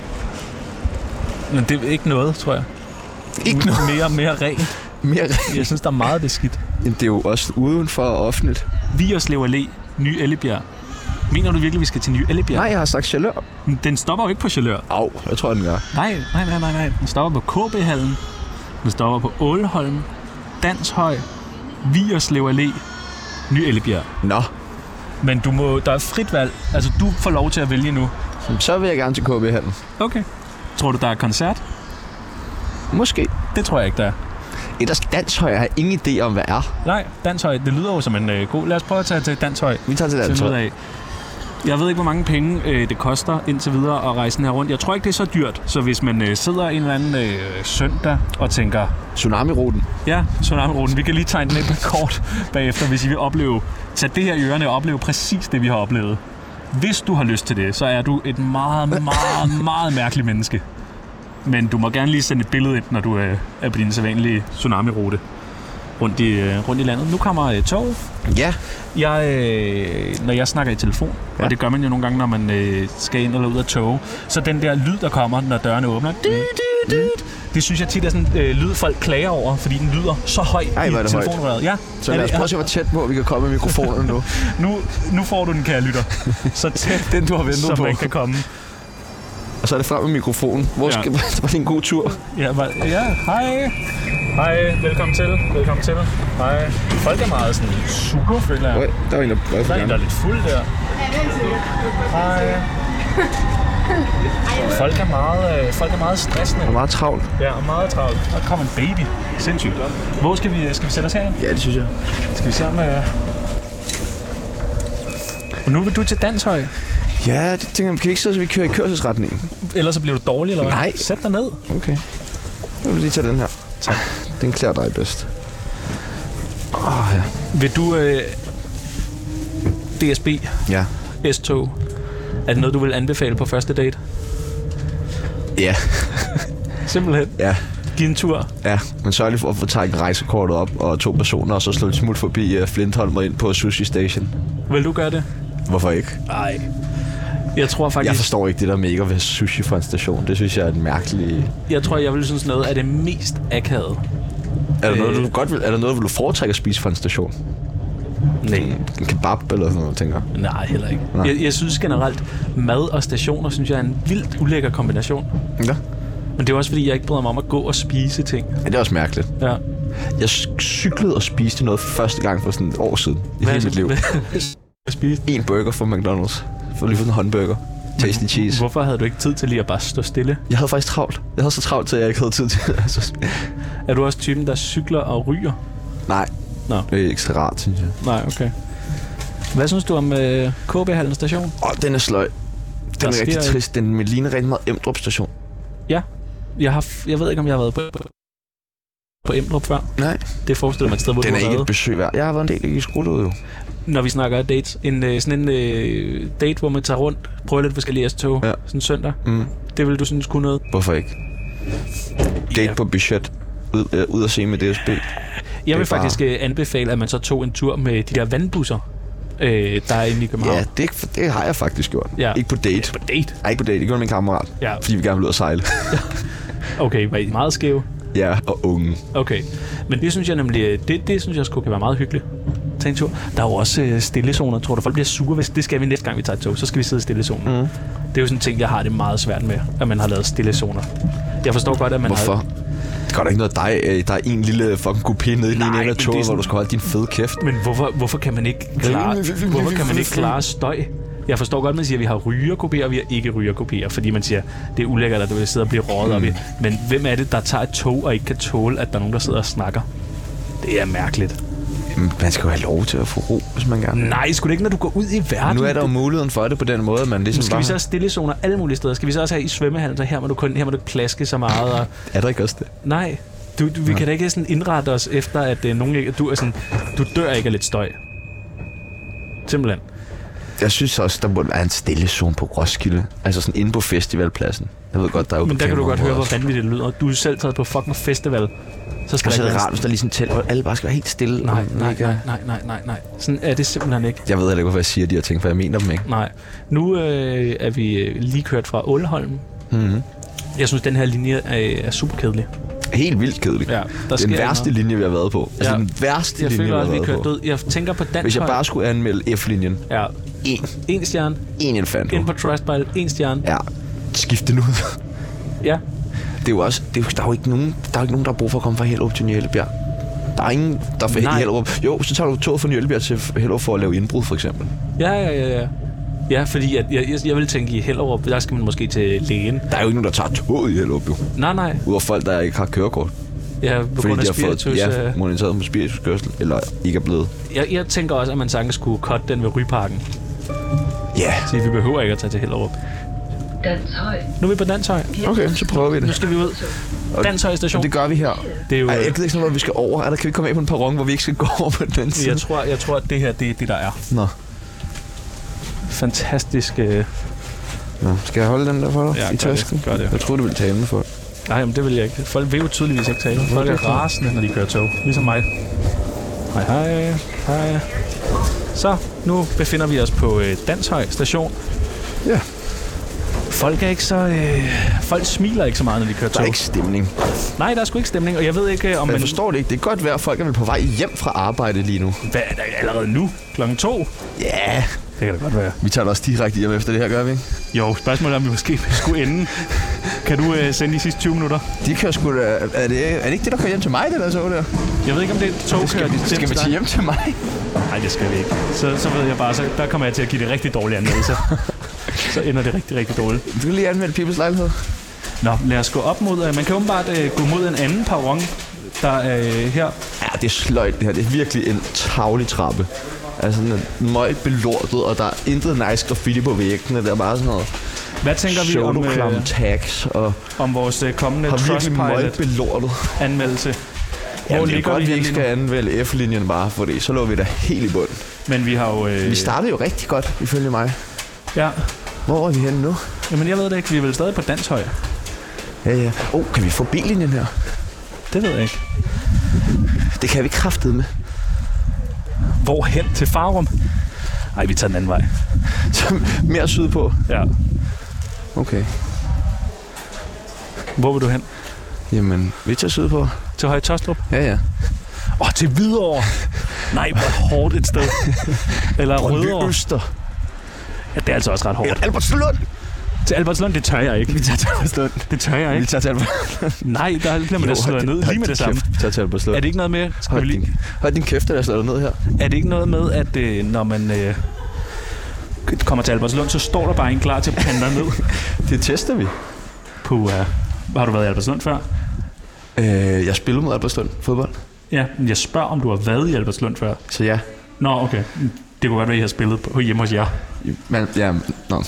Men det er ikke noget, tror jeg. Ikke noget? Mere, mere rent. Mere rent? Jeg synes, der er meget beskidt. Det er jo også udenfor og offentligt. Vigerslev Allé, Ny Ellebjerg. Mener du virkelig, vi skal til Ny Ellebjerg? Nej, jeg har sagt Sjælør. Den stopper jo ikke på Sjælør. Au, jeg tror, den gør. Nej, nej, nej, nej, nej. Den stopper på K B-hallen. Den stopper på Ålholm, Danshøj, Vigerslev Allé, Ny Ellebjerg. Nå. Men du må, der er frit valg. Altså, du får lov til at vælge nu. Så vil jeg gerne til K B-hallen. Okay. Tror du, der er koncert? Måske. Det tror jeg ikke, der er. Ellers Danshøj har ingen idé om, hvad er. Nej, Danshøj, det lyder jo som en øh, god... Lad os prøve at tage til Danshøj. Vi tager til Danshøj. Jeg ved ikke, hvor mange penge øh, det koster indtil videre at rejse den her rundt. Jeg tror ikke, det er så dyrt. Så hvis man øh, sidder en eller anden øh, søndag og tænker... Tsunami-ruten. Ja, Tsunami-ruten. Vi kan lige tegne den ind på kort bagefter, hvis I vil opleve... Tag det her i ørerne og opleve præcis det, vi har oplevet. Hvis du har lyst til det, så er du et meget, meget, meget mærkeligt menneske. Men du må gerne lige sende et billede ind, når du øh, er på din sædvanlige Tsunami-rute rundt i, øh, rundt i landet. Nu kommer øh, toget. Ja. Jeg, øh, når jeg snakker i telefon, ja. Og det gør man jo nogle gange, når man øh, skal ind eller ud af tog, så den der lyd, der kommer, når dørene åbner, mm. Mm. det synes jeg tit er sådan øh, lyd, folk klager over, fordi den lyder så høj Ej, i telefonrøret. Ja. Så lad os prøve at se, hvor tæt på, vi kan komme med mikrofonen nu. nu. Nu får du den, kære lytter. Så tæt, den du har ventet som på. man kan komme. Og så er det frem med mikrofonen. Hvor skal ja. Det var det en god tur? Ja, var, ja, hej. Hej, velkommen til. Velkommen til. Hej. Folk er meget sådan super, føler jeg. Øj, der er en, der er Der er en, der er lidt fuld der. Hej. Folk er meget, folk er meget stressende. Og meget travlt. Ja, og meget travlt. Og kommer en baby. Sindssygt. Hvor skal vi, skal vi sætte os her? Ja, det synes jeg. Skal vi se om... Uh... Og nu vil du til Danshøj? Ja, det tænker jeg, kan ikke sidde, så vi kører i kørselsretningen. Ellers så bliver du dårlig, eller hvad? Nej. Sæt dig ned. Okay. Jeg vil lige tage den her. Tak. Den klæder dig bedst. Åh, oh, ja. Vil du... Øh, D S B? Ja. S-tog? Er det noget, du vil anbefale på første date? Ja. Simpelthen? Ja. Giv en tur? Ja, men sørg lige for at få taget rejsekortet op og to personer, og så slå et smut forbi uh, Flintholm og ind på Sushi Station. Vil du gøre det? Hvorfor ikke? Nej. Jeg tror faktisk... Jeg forstår ikke det der mega ved sushi fra en station. Det synes jeg er en mærkelig... Jeg tror, jeg vil synes noget af det mest akavet. Er der noget, du godt vil... Er der noget, vil du foretrække at spise fra en station? Nej. En kebab eller sådan noget, tænker jeg. Nej, heller ikke. Jeg, jeg synes generelt, mad og stationer, synes jeg er en vildt ulækker kombination. Ja. Men det er også fordi, jeg ikke bryder mig om at gå og spise ting. Ja, det er også mærkeligt. Ja. Jeg cyklede og spiste noget første gang for sådan et år siden i hele mit liv. Hvad spiste? En burger fra McDonald's. For lige for en håndburger. Tasty cheese. Hvorfor havde du ikke tid til lige at bare stå stille? Jeg havde faktisk travlt. Jeg havde så travlt til, at jeg ikke havde tid til det. Er du også typen, der cykler og ryger? Nej. Nå. Det er ikke så rart, synes jeg. Nej, okay. Hvad synes du om øh, K B-hallen station? Åh, oh, den er sløj. Den er rigtig trist. Den ligner rigtig meget Emdrup station. Ja. Jeg, har, jeg ved ikke, om jeg har været på, på Emdrup før. Nej. Det forestiller mig et sted, hvor den du er ikke et besøg værd. Jeg har været en del i Skrudlød jo. Når vi snakker dates. En, øh, sådan en øh, date, hvor man tager rundt, prøver lidt forskellige S-tog. Ja. Sådan søndag. Mm. Det vil du synes kunne noget? Hvorfor ikke? Date ja. På budget. Ud, øh, ud at se med D S B. Jeg vil faktisk bare... anbefale, at man så tog en tur med de der vandbusser, øh, der er inde i København. Ja, det, det har jeg faktisk gjort. Ja. Ikke på date. Ja, på date? Ej, ikke på date. Det gjorde min kammerat. Ja. Fordi vi gerne ville ud at sejle. Okay, var I meget skæve? Ja, og unge. Okay, men det synes jeg nemlig, det, det synes jeg sgu kan være meget hyggeligt. Tag en tur. Der er jo også øh, stillezoner, tror du. Folk bliver sure, hvis det skal vi næste gang, vi tager et tog. Så skal vi sidde i stillezonen. Mm. Det er jo sådan en ting, jeg har det meget svært med, at man har lavet stillezoner. Jeg forstår godt, at man Hvorfor? har... Det går da ikke noget dig. Der er en lille fucking kopé nede i den ene af toget, hvor du skal holde din fede kæft. Men hvorfor, hvorfor kan man ikke klare, hvorfor kan man ikke klare støj? Jeg forstår godt, at man siger, at vi har rygerkopier, og vi har ikke rygerkopier, fordi man siger, det er ulækkert, at du vil sidde og blive røget mm. op i. Men hvem er det, der tager et tog og ikke kan tåle, at der er nogen, der sidder og snakker? Det er mærkeligt. Jamen, man skal jo have lov til at få ro, hvis man gerne. Nej, sgu da ikke, når du går ud i verden. Nu er der jo muligheden for det på den måde, man ligesom skal bare... vi så have stillezoner alle mulige steder? Skal vi så også have i svømmehallen, så her må du kun her må du plaske så meget? Og... Er der ikke også det? Nej. Du, du, vi ja. kan da ikke sådan indrette os efter, at uh, nogen ikke... Du, er sådan, du dør ikke af lidt støj. Simpelthen. Jeg synes også, der burde være en stillezone på Roskilde. Altså sådan inde på festivalpladsen. Jeg ved godt, der er jo... Men der kan du godt høre, hvor vanvittigt det lyder. Du er selv taget på fucking festival. Så skal og så er det rart, hvis der lige sådan tæller, hvor alle bare skal være helt stille. Nej, nej, nej, nej, nej, nej, nej. Sådan er det simpelthen ikke. Jeg ved heller ikke, hvorfor jeg siger de her ting, for jeg mener dem ikke. Nej. Nu øh, er vi lige kørt fra Ålholm. Mm-hmm. Jeg synes, den her linje er, er super kedelig. Helt vildt kedelig. Ja, den værste noget. linje, vi har været på. Altså ja. den værste jeg linje, vi har været vi på. Død. Jeg tænker på Danshøj. Hvis jeg bare skulle anmelde F-linjen. Ja. En. En stjerne. En elefant. Ind på Trustpilot. En stjerne. Ja. Skift den ud. Ja. Det er jo også... Det er jo, der er jo ikke nogen, der er ikke nogen, der har brug for at komme fra Hellerup til Ny Ellebjerg. Der er ingen, der er fra Hellerup. Jo, så tager du toget fra Ny Ellebjerg til Hellerup for at lave indbrud, for eksempel. Ja, ja, ja, ja. Ja, fordi at jeg, jeg, jeg vil tænke i Hellerup, der skal man måske til lægen. Der er jo ikke nogen, der tager toget i Hellerup, jo. Nej, nej. Udover folk, der ikke har kørekort. Ja, på grund af spiritus. Ja, øh... moniteret med spirituskørsel, eller ikke er blevet. Jeg, jeg tænker også, at man sagtens skulle cutte den ved Ryparken. Ja. Yeah. Så vi behøver ikke at tage til Hellerup. Danshøj. Nu er vi på Danshøj. Okay, så prøver vi det. Nu skal vi ud. Danshøj station. Og det gør vi her. Det er jo... Ej, jeg ved ikke sådan, hvor vi skal over. Eller kan vi komme af på en perron, hvor vi ikke skal gå over på den side? Jeg tror, jeg tror at det her, det er det, der er. Nå. Fantastisk... Øh... Nå, skal jeg holde den der for dig ja, i tasken? Gør det. Jeg troede, du ville tale med folk. Nej, men det vil jeg ikke. Folk vil jo tydeligvis ikke tale. Folk er rasende, når de kører tog. Ligesom mig. Hej, hej. Hej. Så, nu befinder vi os på øh, Danshøj station. Ja. Folk er ikke så... Øh, folk smiler ikke så meget, når de kører tog. Der er ikke stemning. Nej, der er sgu ikke stemning, og jeg ved ikke, om man... man... forstår det ikke. Det er godt være, at folk er vel på vej hjem fra arbejde lige nu. Hvad er der allerede nu? Klokken to? Ja. Yeah. Det kan det godt være. Vi tager da også direkte hjem efter det her, gør vi ikke? Jo, spørgsmålet er, om vi måske skulle ende. Kan du øh, sende de sidste tyve minutter? De kører sgu da... Er det, er det ikke det, der kører hjem til mig, det der tog der? Jeg ved ikke, om det er tog, skal, kører skal, skal vi til hjem til mig? Nej, det skal vi ikke. Så, så ved jeg bare, så der kommer jeg til at give det rigtig dårlige anmeldelser. Så ender det rigtig, rigtig dårligt. Du kan lige anmelde Peoples lejlighed. Nå, lad os gå op mod... Man kan åbenbart øh, gå mod en anden perron, der er øh, her. Ja, det er sløjt det her. Det er virkelig en tavlig trappe. Altså sådan møg belortet, og der er intet nice graffiti på væggene. Der er bare sådan noget... Hvad tænker vi om, øh, tags og om vores øh, kommende Trustpilot-anmeldelse? Hvor Jamen, ligger vi ikke skal anvende F-linjen bare, for det, så lå vi da helt i bunden. Men vi har jo... Øh... Vi startede jo rigtig godt, ifølge mig. Ja. Hvor er vi henne nu? Jamen, jeg ved det ikke. Vi er vel stadig på Danshøj. Ja, ja. Åh, oh, kan vi få B-linjen her? Det ved jeg ikke. Det kan vi kraftedeme med. Hvorhen? Til Farum? Nej, vi tager den anden vej. Mere sydpå? Ja. Okay. Hvor vil du hen? Jamen, vi tager sydpå. Til Høje Taastrup? Ja, ja. Åh, oh, til Hvidovre! Nej, hvor hårdt et sted. Eller Rødovre. Øster. Ja, det er altså også ret hårdt. Albertslund! Til Albertslund, det tør jeg ikke. Vi tager til Albertslund. Det tør jeg ikke. Vi tager til Albertslund. Nej, der bliver man da slået ned lige med det samme. Vi tager til Albertslund. Er det ikke noget med... Hold, lige... din, hold din kæft, der er slået ned her. Er det ikke noget med, at øh, når man øh, kommer til Albertslund, så står der bare en klar til at pande dig ned? Det tester vi. Puh, uh, har du været i Albertslund før? Øh, jeg spillede mod Albertslund fodbold. Ja, men jeg spørger, om du har været i Albertslund før. Så ja. Nå, okay. Det kunne godt være, I har spillet på, hjemme hos jer. Men, ja, nå.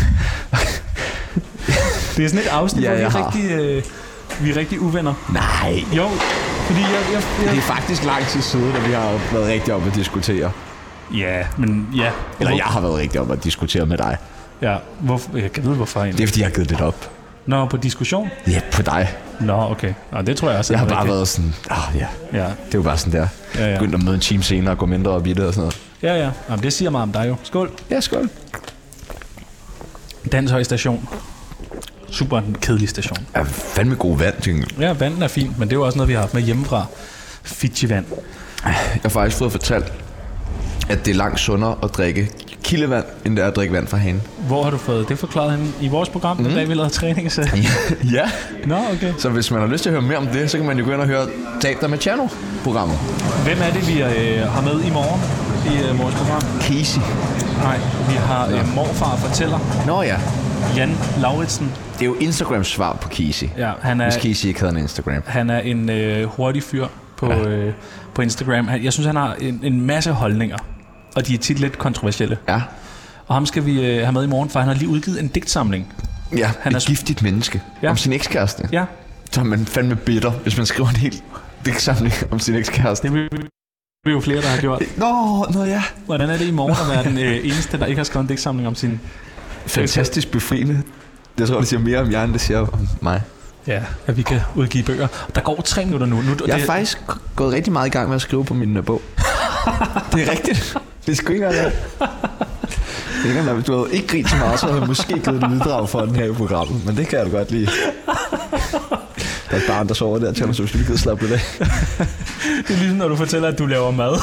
Det er sådan et afsnit, ja, hvor vi er, rigtig, øh, vi er rigtig uvenner. Nej. Jo, fordi jeg, jeg, jeg... Det er faktisk lang tid siden, at vi har været rigtig op at diskutere. Ja, men ja. Eller jeg har været rigtig op at diskutere med dig. Ja, hvorfor? Jeg kan vide, hvorfor egentlig. Det er, fordi jeg har givet lidt op. Nå, på diskussion? Ja, på dig. Nå, okay. Nå, det tror jeg også. Jeg har bare rigtigt. været sådan, ah ja. ja, det er jo bare sådan der. Ja, ja. Begyndt at møde en time senere og gå mindre op i det og sådan noget. Ja, ja. Jamen, det siger meget om dig jo. Skål. Ja, skål. Danshøj station. Super en kedelig station. Ja, fandme god vand, tænker jeg. Ja, vandet er fint, men det er jo også noget, vi har haft med hjemmefra. Fiji-vand. Jeg har faktisk fået fortalt, at det er langt sundere at drikke kildevand, end det er at drikke vand fra hanen. Hvor har du fået det forklaret henne? I vores program, mm. den dag vi lavede træning? Så. Ja. Nå, okay. Så hvis man har lyst til at høre mere om det, så kan man jo gå ind og høre Tab dig med Tjerno-programmet. Hvem er det, vi øh, har med i morgen i øh, vores program? Casey. Nej, vi har øh, morfar fortæller. Nå ja. Jan Lauritsen. Det er jo Instagrams svar på Casey. Ja, han er, hvis Casey ikke havde en Instagram. Han er en øh, hurtig fyr på, ja. øh, på Instagram. Jeg synes, han har en, en masse holdninger. Og de er tit lidt kontroversielle. Ja. Og ham skal vi øh, have med i morgen, for han har lige udgivet en digtsamling. Ja, han er et giftigt menneske. Ja. Om sin ekskæreste. Ja. Så er man fandme bitter, hvis man skriver en hel digtsamling om sin ekskæreste. Det er jo flere, der har gjort. Nå, nå ja. Hvordan er det i morgen at være den øh, eneste, der ikke har skrevet en digtsamling om sin... Fantastisk befriende. Jeg tror, det siger mere om jer, end det siger om mig. Ja, at vi kan udgive bøger. Der går tre minutter nu. nu jeg er det... faktisk gået rigtig meget i gang med at skrive på min bog. Det er rigtigt. Det er sgu ikke engang det. Det kan, du havde ikke grint så meget, så havde jeg måske givet en uddrag for den her i programmet. Men det kan jeg da godt lide. Der er et barn, der sover der, til man så lige kan slappe lidt af. Det er ligesom, når du fortæller, at du laver mad.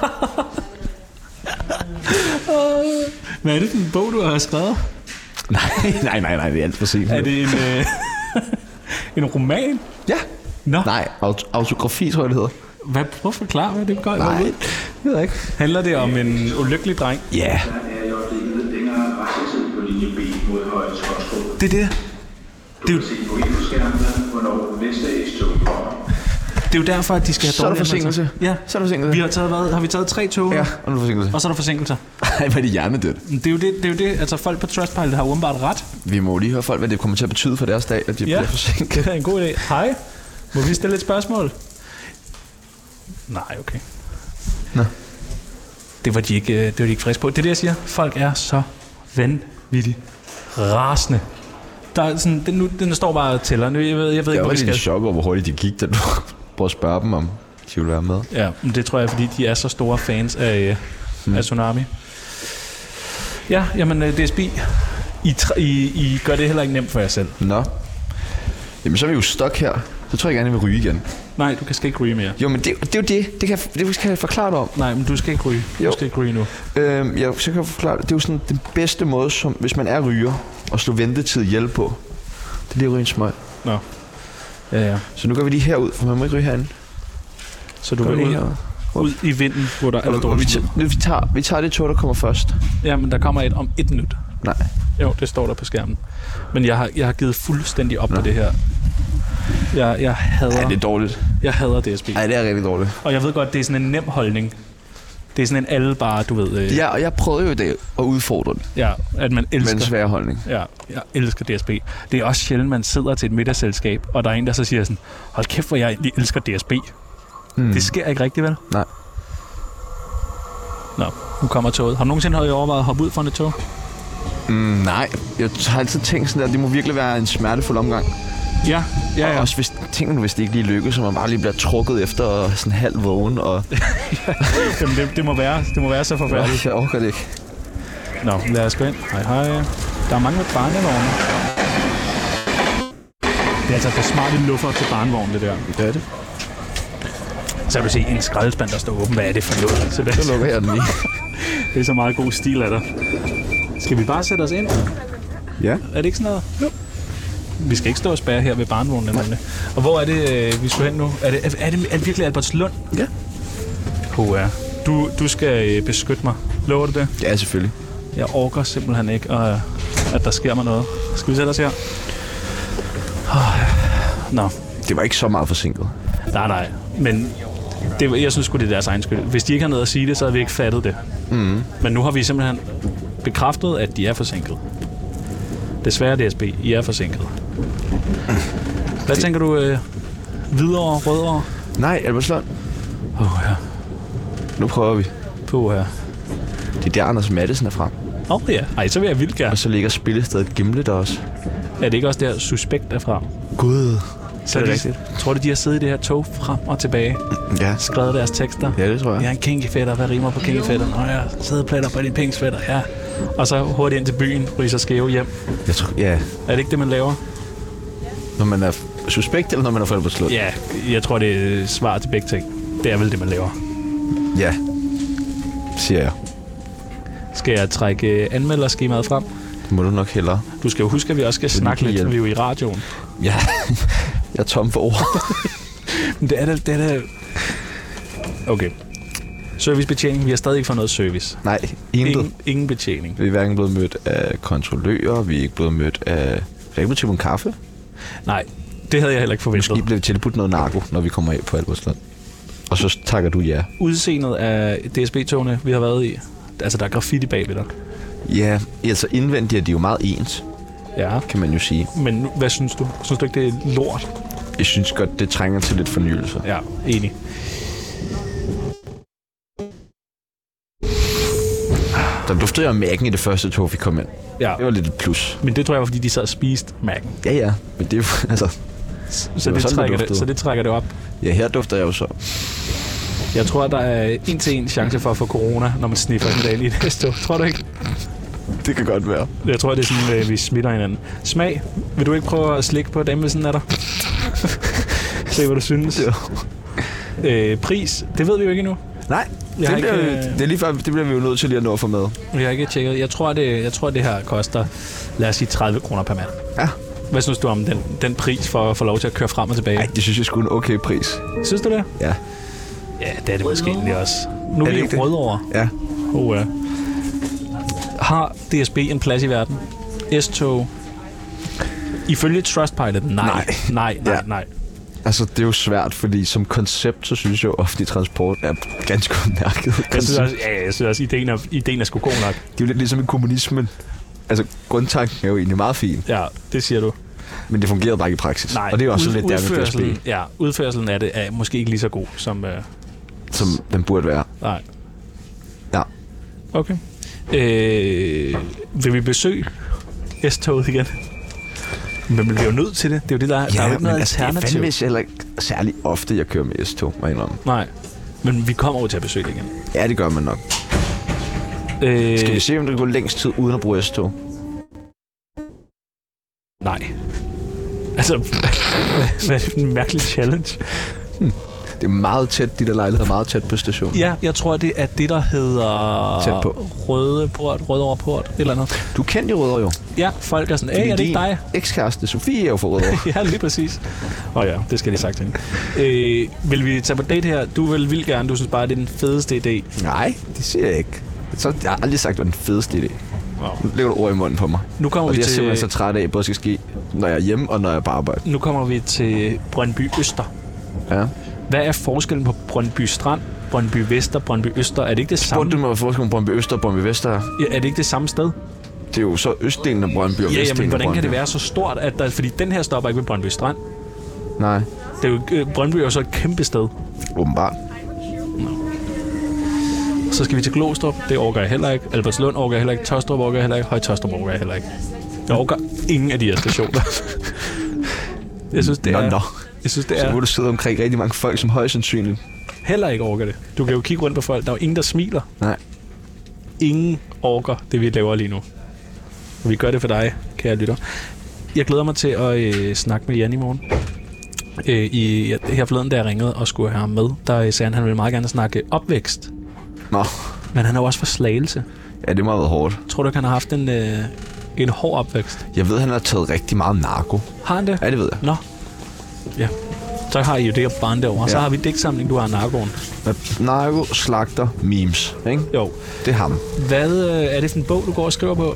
Hvad er det for en bog, du har skrevet? Nej, nej, nej, nej, det er alt for sent. Er det en, øh, en roman? Ja. Nå. Nej, aut- autografi, tror jeg, det hedder. Hvad, prøv at forklare, hvad det går. Nej, jeg ved ikke. Handler det om en ulykkelig dreng? Ja. Yeah. Det er det. Det er jo... Det er jo derfor, at de skal have så er der forsinkelse. Ja, så er der forsinkelse. Vi har taget hvad? Har vi taget tre tog? Ja, og nu er forsinkelse. Og så er der forsinkelser. Nej, hvad er det hjernedødt? Det er jo det, det er jo det. Altså folk på Trustpilot har åbenbart ret. Vi må lige høre folk, hvad det kommer til at betyde for deres dag, at de ja, bliver forsinket. Det er en god idé. Hej. Må vi stille et spørgsmål? Nej, okay. Nå. Det var de ikke, det var de ikke friske på. Det er det, jeg siger. Folk er så vanvittigt rasende. Der er sådan, den, nu, den står bare og tæller. Nu, jeg ved, jeg ved ikke, hvor vi skal. Jeg var lidt i chok over, hvor hurtigt de gik, da du prøvede at spørge dem, om de ville være med. Ja, men det tror jeg, fordi de er så store fans af, hmm. af Tsunami. Ja, jamen D S B, I, I, I gør det heller ikke nemt for jer selv. Nå. Jamen, så er vi jo stok her. Så tror jeg gerne, jeg vil ryge igen. Nej, du kan skal ikke ryge mere. Jo, men det, det er jo det. Det kan, det kan jeg forklare dig om. Nej, men du skal ikke ryge. Du jo. skal ikke ryge nu. Øhm, jeg, så kan jeg forklare det. Det er jo sådan den bedste måde, som, hvis man er ryger, og slå ventetid ihjel på. Det er det at ryge en smøg. Nå. Ja, ja. Så nu går vi lige herud, for man må ikke ryge herinde. Så du går vil ud, ud i vinden, hvor der er der dårligt tid. Vi tager, vi tager det tog, der kommer først. Ja, men der kommer et om et minut. Nej. Jo, det står der på skærmen. Men jeg har, jeg har givet fuldstændig op Nå. på det her. Jeg, jeg hader... Ja, det er dårligt. Jeg hader D S B. Nej, det er rigtig dårligt. Og jeg ved godt, det er sådan en nem holdning. Det er sådan en alle bare, du ved... Øh... Ja, og jeg prøvede jo i dag at udfordre det. Ja, at man elsker... Med en svær holdning. Ja, jeg elsker D S B. Det er også sjældent, man sidder til et middagsselskab, og der er en, der så siger sådan, hold kæft, hvor jeg egentlig elsker D S B. Mm. Det sker ikke rigtigt, vel? Nej. Nå, nu kommer toget. Har du nogensinde overvejet at hoppe ud fra et tog? Mm, nej, jeg har altid tænkt sådan, at det må virkelig være en smertefuld omgang. Ja, ja, ja. Og også hvis, tænk nu, hvis det ikke lige lykkes, så man bare lige bliver trukket efter og sådan halv vågen. Og... Jamen, det, det, må være, det må være så forfærdeligt. Jeg orker det ikke. Nå, lad os gå ind. Hej, hej. Der er mange med barnevogne. Det er altså for smarte luffer til barnevognen, det der. Det er det. Så kan du se en skraldespand, der står åben. Hvad er det for noget? Så, så lukker jeg den lige. Det er så meget god stil af dig. Skal vi bare sætte os ind? Ja. Er det ikke sådan noget? Jo. Vi skal ikke stå og spærre her ved barnevognen. Og hvor er det, vi skal hen nu? Er det, er det, er det virkelig Albertslund? Ja. H R. Du, du skal beskytte mig. Lover du det? Ja, selvfølgelig. Jeg orker simpelthen ikke, at der sker mig noget. Skal vi sætte os her? Nå. Det var ikke så meget forsinket. Nej, nej. Men det, jeg synes sgu, det er deres egen skyld. Hvis de ikke har noget at sige det, så har vi ikke fattet det. Mm. Men nu har vi simpelthen bekræftet, at de er forsinket. Desværre D S B, I er forsinket. Hvad det... tænker du? Øh, Hvidovre, Rødovre? Nej, Albertslund. Åh, oh, ja. Nu prøver vi. På her. Det er der, Anders Mattesen er frem. Åh oh, ja. Ej, så vil jeg vildt gerne. Og så ligger spillestedet Gimle der også. Er det ikke også der, Suspekt er frem? Gud. Så er det rigtigt. Tror du, de har siddet i det her tog frem og tilbage? Ja. Skrevet deres tekster? Ja, det tror jeg. Jeg er en kinkefætter. Hvad rimer på kinkefætter? Nå ja, sædepletter på din pingsfætter. Ja. Og så hurtigt ind til byen, ryser skæve hjem. Jeg tror, ja. Er det ikke det, man laver? Når man er suspekt, eller når man er forældre på slut? Ja, jeg tror, det er svar til begge ting. Det er vel det, man laver. Ja, siger jeg. Skal jeg trække anmelderskemaet frem? Det må du nok hellere. Du skal jo huske, at vi også skal snakke lidt, for vi er jo i radioen. Ja, jeg er tom for ord. Men det er det, det er det. Okay. Servicebetjening. Vi har stadig ikke fået noget service. Nej, ingen, ingen betjening. Vi er hverken blevet mødt af kontrollører, vi er ikke blevet mødt af... Vi er ikke blevet tilbudt en kaffe. Nej, det havde jeg heller ikke forventet. Måske bliver vi tilbudt noget narko, når vi kommer af på Albertslund. Og så takker du ja. Udseendet af D S B-togene, vi har været i. Altså, der er graffiti bagved dig. Ja, altså indvendigt er de jo meget ens. Ja. Kan man jo sige. Men nu, hvad synes du? Synes du ikke, det er lort? Jeg synes godt, det trænger til lidt fornyelse. Ja, enig. Der duftede jeg Mac'en i det første tog, vi kom ind. Ja. Det var lidt et plus. Men det tror jeg var, fordi de sad og spiste Mac'en. Ja, ja. Men det er jo, altså... Så det, det, sådan, trækker det, så det trækker det op. Ja, her dufter jeg jo så. Jeg tror, der er en til en chance for at få corona, når man sniffer en dag i det tog. Tror du ikke? Det kan godt være. Jeg tror, det er sådan, at vi smitter hinanden. Smag. Vil du ikke prøve at slikke på dem ved sådan er der? Se, hvad du synes. Øh, pris. Det ved vi jo ikke endnu. Nej. Det, ikke, bliver, øh... det, er lige før, det bliver vi jo nødt til lige at nå at få med. Jeg har ikke tjekket. Jeg tror, det, jeg tror, det her koster, lad os sige, tredive kroner per mand. Ja. Hvad synes du om den, den pris for at få lov til at køre frem og tilbage? Nej, det synes jeg sgu er en okay pris. Synes du det? Ja. Ja, det er det måske egentlig også. Nu er vi i Rødovre. Ja. Oh, ja. Har D S B en plads i verden? S-tog? Ifølge Trustpilot? Nej. Nej, nej, nej. Ja. nej. Altså, det er jo svært, fordi som koncept, så synes jeg jo, offentlig transport er ganske udmærket. Jeg synes også, ja, jeg synes også ideen, er, ideen er sgu god nok. Det er jo lidt ligesom i kommunismen. Altså, grundtanken er jo egentlig meget fin. Ja, det siger du. Men det fungerede bare ikke i praksis. Nej, og det er jo også ud, lidt der med D S B. Ja, udførselen af det er måske ikke lige så god, som... Uh... Som den burde være. Nej. Ja. Okay. Øh, vil vi besøge S-toget igen? Men man bliver jo nødt til det. Det er jo det, der, ja, der er jo ikke noget altså, alternativ. Det er fandme heller ikke særlig ofte, jeg kører med S-tog, må jeg indrømme. Nej, men vi kommer over til at besøge det igen. Ja, det gør man nok. Øh... Skal vi se, om det går længst tid uden at bruge S-tog? Nej. Altså, hvad er det en mærkelig challenge? Hmm. Det er meget tæt, de der lejligheder er meget tæt på stationen. Ja, jeg tror, det er det, der hedder... Tæt på. Røde Port, Rødovre Port, eller andet. Du kendte jo Rødovre jo. Ja, folk er sådan, hey, er det ikke dig? Ekskæreste Sofie er jo fra Rødovre. Ja, lige præcis. Åh oh, ja, det skal de sagt til hende. Øh, vil vi tage på date her? Du vil vil gerne, du synes bare, det er den fedeste idé. Nej, det siger jeg ikke. Så, jeg har aldrig sagt, det var den fedeste idé. Wow. Nu lægger du ord i munden på mig. Nu kommer og vi det er til... simpelthen så træt af, at både skal ske, når jeg er hjemme og når jeg er på arbejde. Nu kommer vi til Brøndby Øster. Ja. Hvad er forskellen på Brøndby Strand Brøndby Vester, Brøndby Øster. Er det ikke det samme? Spurgte du mig, hvad forskellen Brøndby Øster og Brøndby Vester er? Ja, er det ikke det samme sted? Det er jo så østdelen af Brøndby og ja, vestdelen ja, men af hvordan Brøndby. kan det være så stort, at der, fordi den her stopper ikke ved Brøndby Strand? Nej. Det er jo, Brøndby er jo så et kæmpe sted. Åbenbart. Så skal vi til Glostrup. Det overgår jeg heller ikke. Albertslund overgår jeg heller ikke. Tostrup overgår jeg heller ikke. Høje Tostrup overgår jeg heller ikke. Jeg overgår ingen af de her stationer. Jeg synes, det nå, er... Nå. Jeg synes, det er... Så må du sidde omkring rigtig mange folk, som højst sandsynligt heller ikke overgår det. Du kan jo kigge rundt på folk. Der er jo ingen, der smiler. Nej. Ingen overgår det, vi laver lige nu. Og vi gør det for dig, kære lytter. Jeg glæder mig til at øh, snakke med Jan i morgen. Øh, i, her forleden, da jeg ringede og skulle have ham med, der sagde han, at han ville meget gerne snakke opvækst. Nå. Men han er jo også for Slagelse. Ja, det må have været hårdt. Tror du ikke, han har haft en, øh, en hård opvækst? Jeg ved, han har taget rigtig meget narko. Har han det? Ja, det ved jeg. Nå. Ja. Så har I jo det her barn derovre. Ja. Så har vi digtsamling, du har narkoen. Narko, slagter, memes, ikke? Jo. Det er ham. Hvad øh, er det for en bog, du går og skriver på?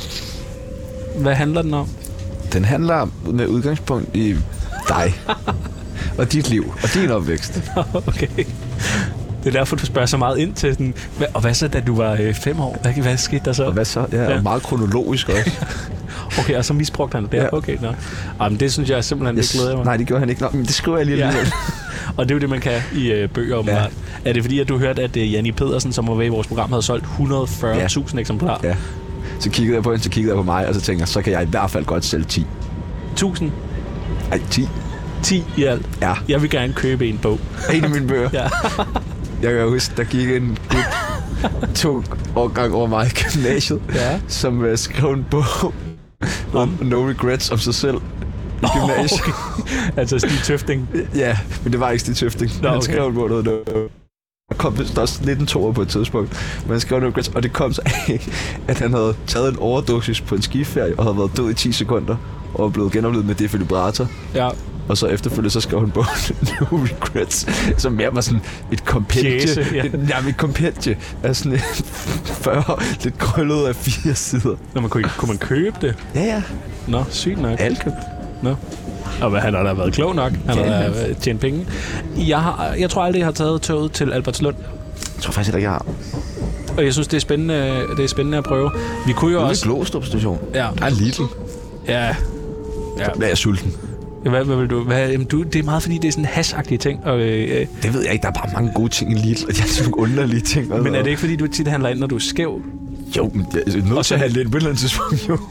Hvad handler den om? Den handler med udgangspunkt i dig. Og dit liv. Og din opvækst. Okay. Det er derfor, du spørger så meget ind til den. Og hvad så, da du var øh, fem år? Hvad, hvad skete der så? Og hvad så? Ja, ja. Meget kronologisk også. Okay, og så misbrugte han det der? Ja. Okay, nå. Jamen, det synes jeg simpelthen, det glæder mig. Nej, det gjorde han ikke. Nå, men det skriver jeg lige alligevel. Ja. Og det er jo det, man kan i øh, bøger om ja. Er det fordi, at du hørte, at øh, Janni Pedersen, som var ved i vores program, havde solgt et hundrede og fyrre tusind ja. eksemplarer? Ja. Så kiggede jeg på hende, så kiggede jeg på mig, og så tænkte jeg, så kan jeg i hvert fald godt sælge ti. Tusind? Ej, ti. ti i alt? Ja. Jeg vil gerne købe en bog. En af mine bøger? Ja. Jeg kan huske, der gik en gut to årgang over mig i gymnasiet, ja. som uh, skrev en bog om No Regrets om sig selv i gymnasiet. Oh, okay. Altså Stig Tøfting? Ja, men det var ikke Stig Tøfting. Nå, okay. Han skrev en bog, der der kom vist også lidt en toer på et tidspunkt, men han skrev No Regrets, og det kom så af, at han havde taget en overdosis på en skiferie og havde været død i ti sekunder og var blevet genoplevet med defibrillator. Ja. Og så efterfølgende, så skrev han bogen No Regrets, som mere var sådan et kompendie. Pjæse, ja. Et, ja, et kompendie af sådan et fyrre, lidt krøllet af fire sider. Nå, man kunne, kunne man købe det? Ja, ja. Nå, sygt nok. Alt købt. Nå. Og hvad, han har da været klog nok. Han ja, har da tjent penge. Jeg, har, jeg tror aldrig, jeg har taget toget til Albertslund. Jeg tror faktisk ikke, jeg har. Og jeg synes, det er spændende, det er spændende at prøve. Vi kunne jo også... Det er Glostrup station. Ja. Der er Lidl. Ja. Ja. Hvad er jeg sulten? Hvad, hvad vil du? Hvad, jamen, du? Det er meget, fordi det er sådan hash-agtige ting. Og, øh, det ved jeg ikke. Der er bare mange gode ting i Lidl, og de har sådan nogle underlige ting. Men er det ikke, fordi du tit handler ind, når du er skæv? Jo, men jeg er nødt til at handle ind på et eller andet tidspunkt, jo.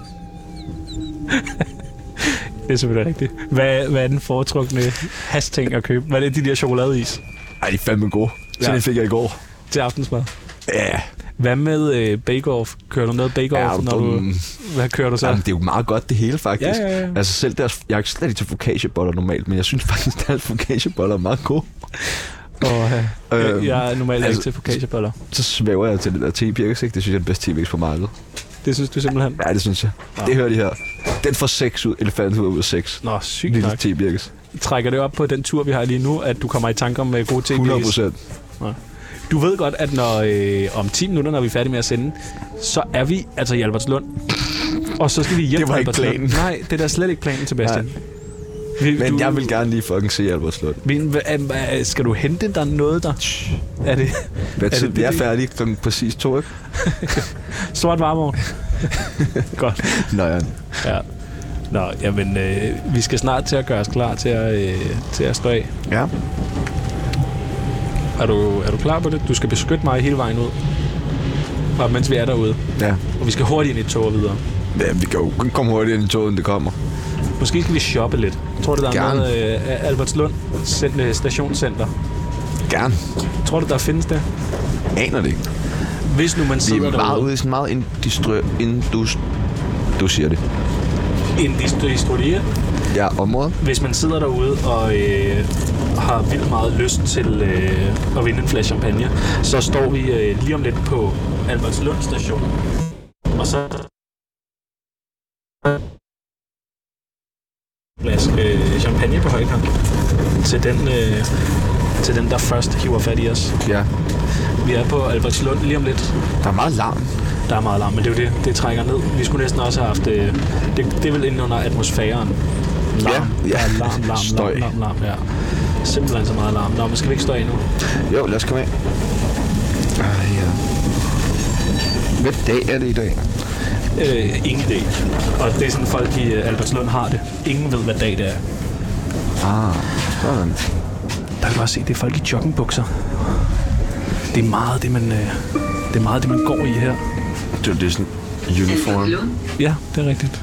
Det er selvfølgelig rigtigt. Hvad, hvad er den foretrukne hash-ting at købe? Hvad er det, de der chokoladeis? Ej, de er fandme gode. Så ja. Det fik jeg i går. Til aftensmad? Ja. Hvad med øh, bake-off? Kører du noget bake-off, ja, når du... Hvad kører du så? Jamen, det er jo meget godt det hele, faktisk. Ja, ja, ja. Altså selv deres... Jeg er ikke slet ikke til focaccia-boller normalt, men jeg synes faktisk, deres focaccia-boller er meget gode. Og, øh, øhm, jeg er normalt altså, ikke til focaccia-boller. Så svæver jeg til det der te-birkes, ikke? Det synes jeg er den bedste te-birkes på markedet. Det synes du simpelthen? Ja, det synes jeg. Nå. Det hører de her. Den får seks ud, elefanten ud af seks. Nå, sygt lille nok. te-birkes. Trækker det op på den tur, vi har lige nu, at du kommer i tanker om gode te-birkes? hundrede procent. Ja. Du ved godt, at når, øh, om ti minutter, når vi er færdige med at sende, så er vi altså i Albertslund. Og så skal vi hjem til Albertslund. Det var ikke planen. Nej, det er da slet ikke planen, Sebastian. Vi, Men du, jeg vil gerne lige fucking se Albertslund. Men, hva, skal du hente der noget der? Er det... Hvad tid? Vi er færdige klokken præcis to, ikke? Sort varmevogn. Godt. Nå ja. Ja. Nå, jamen, øh, vi skal snart til at gøre os klar til at, øh, til at stå af. Ja. Er du, er du klar på det? Du skal beskytte mig hele vejen ud. Bare mens vi er derude. Ja. Og vi skal hurtigt ind i toget videre. Ja, vi kan jo kun komme hurtigt ind i toget, end det kommer. Måske skal vi shoppe lidt. Tror du, der er Gerne. noget øh, Albertslund stationscenter? Gerne. Tror du, der findes det? Aner det ikke. Hvis nu man sidder derude... Vi er meget ude i sådan meget industri... Indust... Du siger det. Industri... Ja, området. Hvis man sidder derude og øh, har vildt meget lyst til øh, at vinde en flaske champagne, så står vi øh, lige om lidt på Albertslund station. Og så... flaske øh, champagne på højkant til den, øh, til den, der først hiver fat i os. Ja. Vi er på Albertslund lige om lidt. Der er meget larm. Der er meget larm, men det er jo det, det trækker ned. Vi skulle næsten også have haft... Øh, det, det er vel inde under atmosfæren. Larm. Ja, ja. Larm, larm, Støj. larm, larm, larm, ja. Simpelthen så meget larm. Nå, men skal vi ikke stå af nu? Jo, lad os komme af. Ej, ja. Hvad dag er det i dag? Øh, ingen dag. Og det er sådan, folk i Albertslund har det. Ingen ved, hvad dag det er. Ah, sådan. Der kan du bare se, det er folk i joggingbukser. Det er meget det, man, øh, det er meget det, man går i her. Det, det er sådan uniform. Ja, det er rigtigt.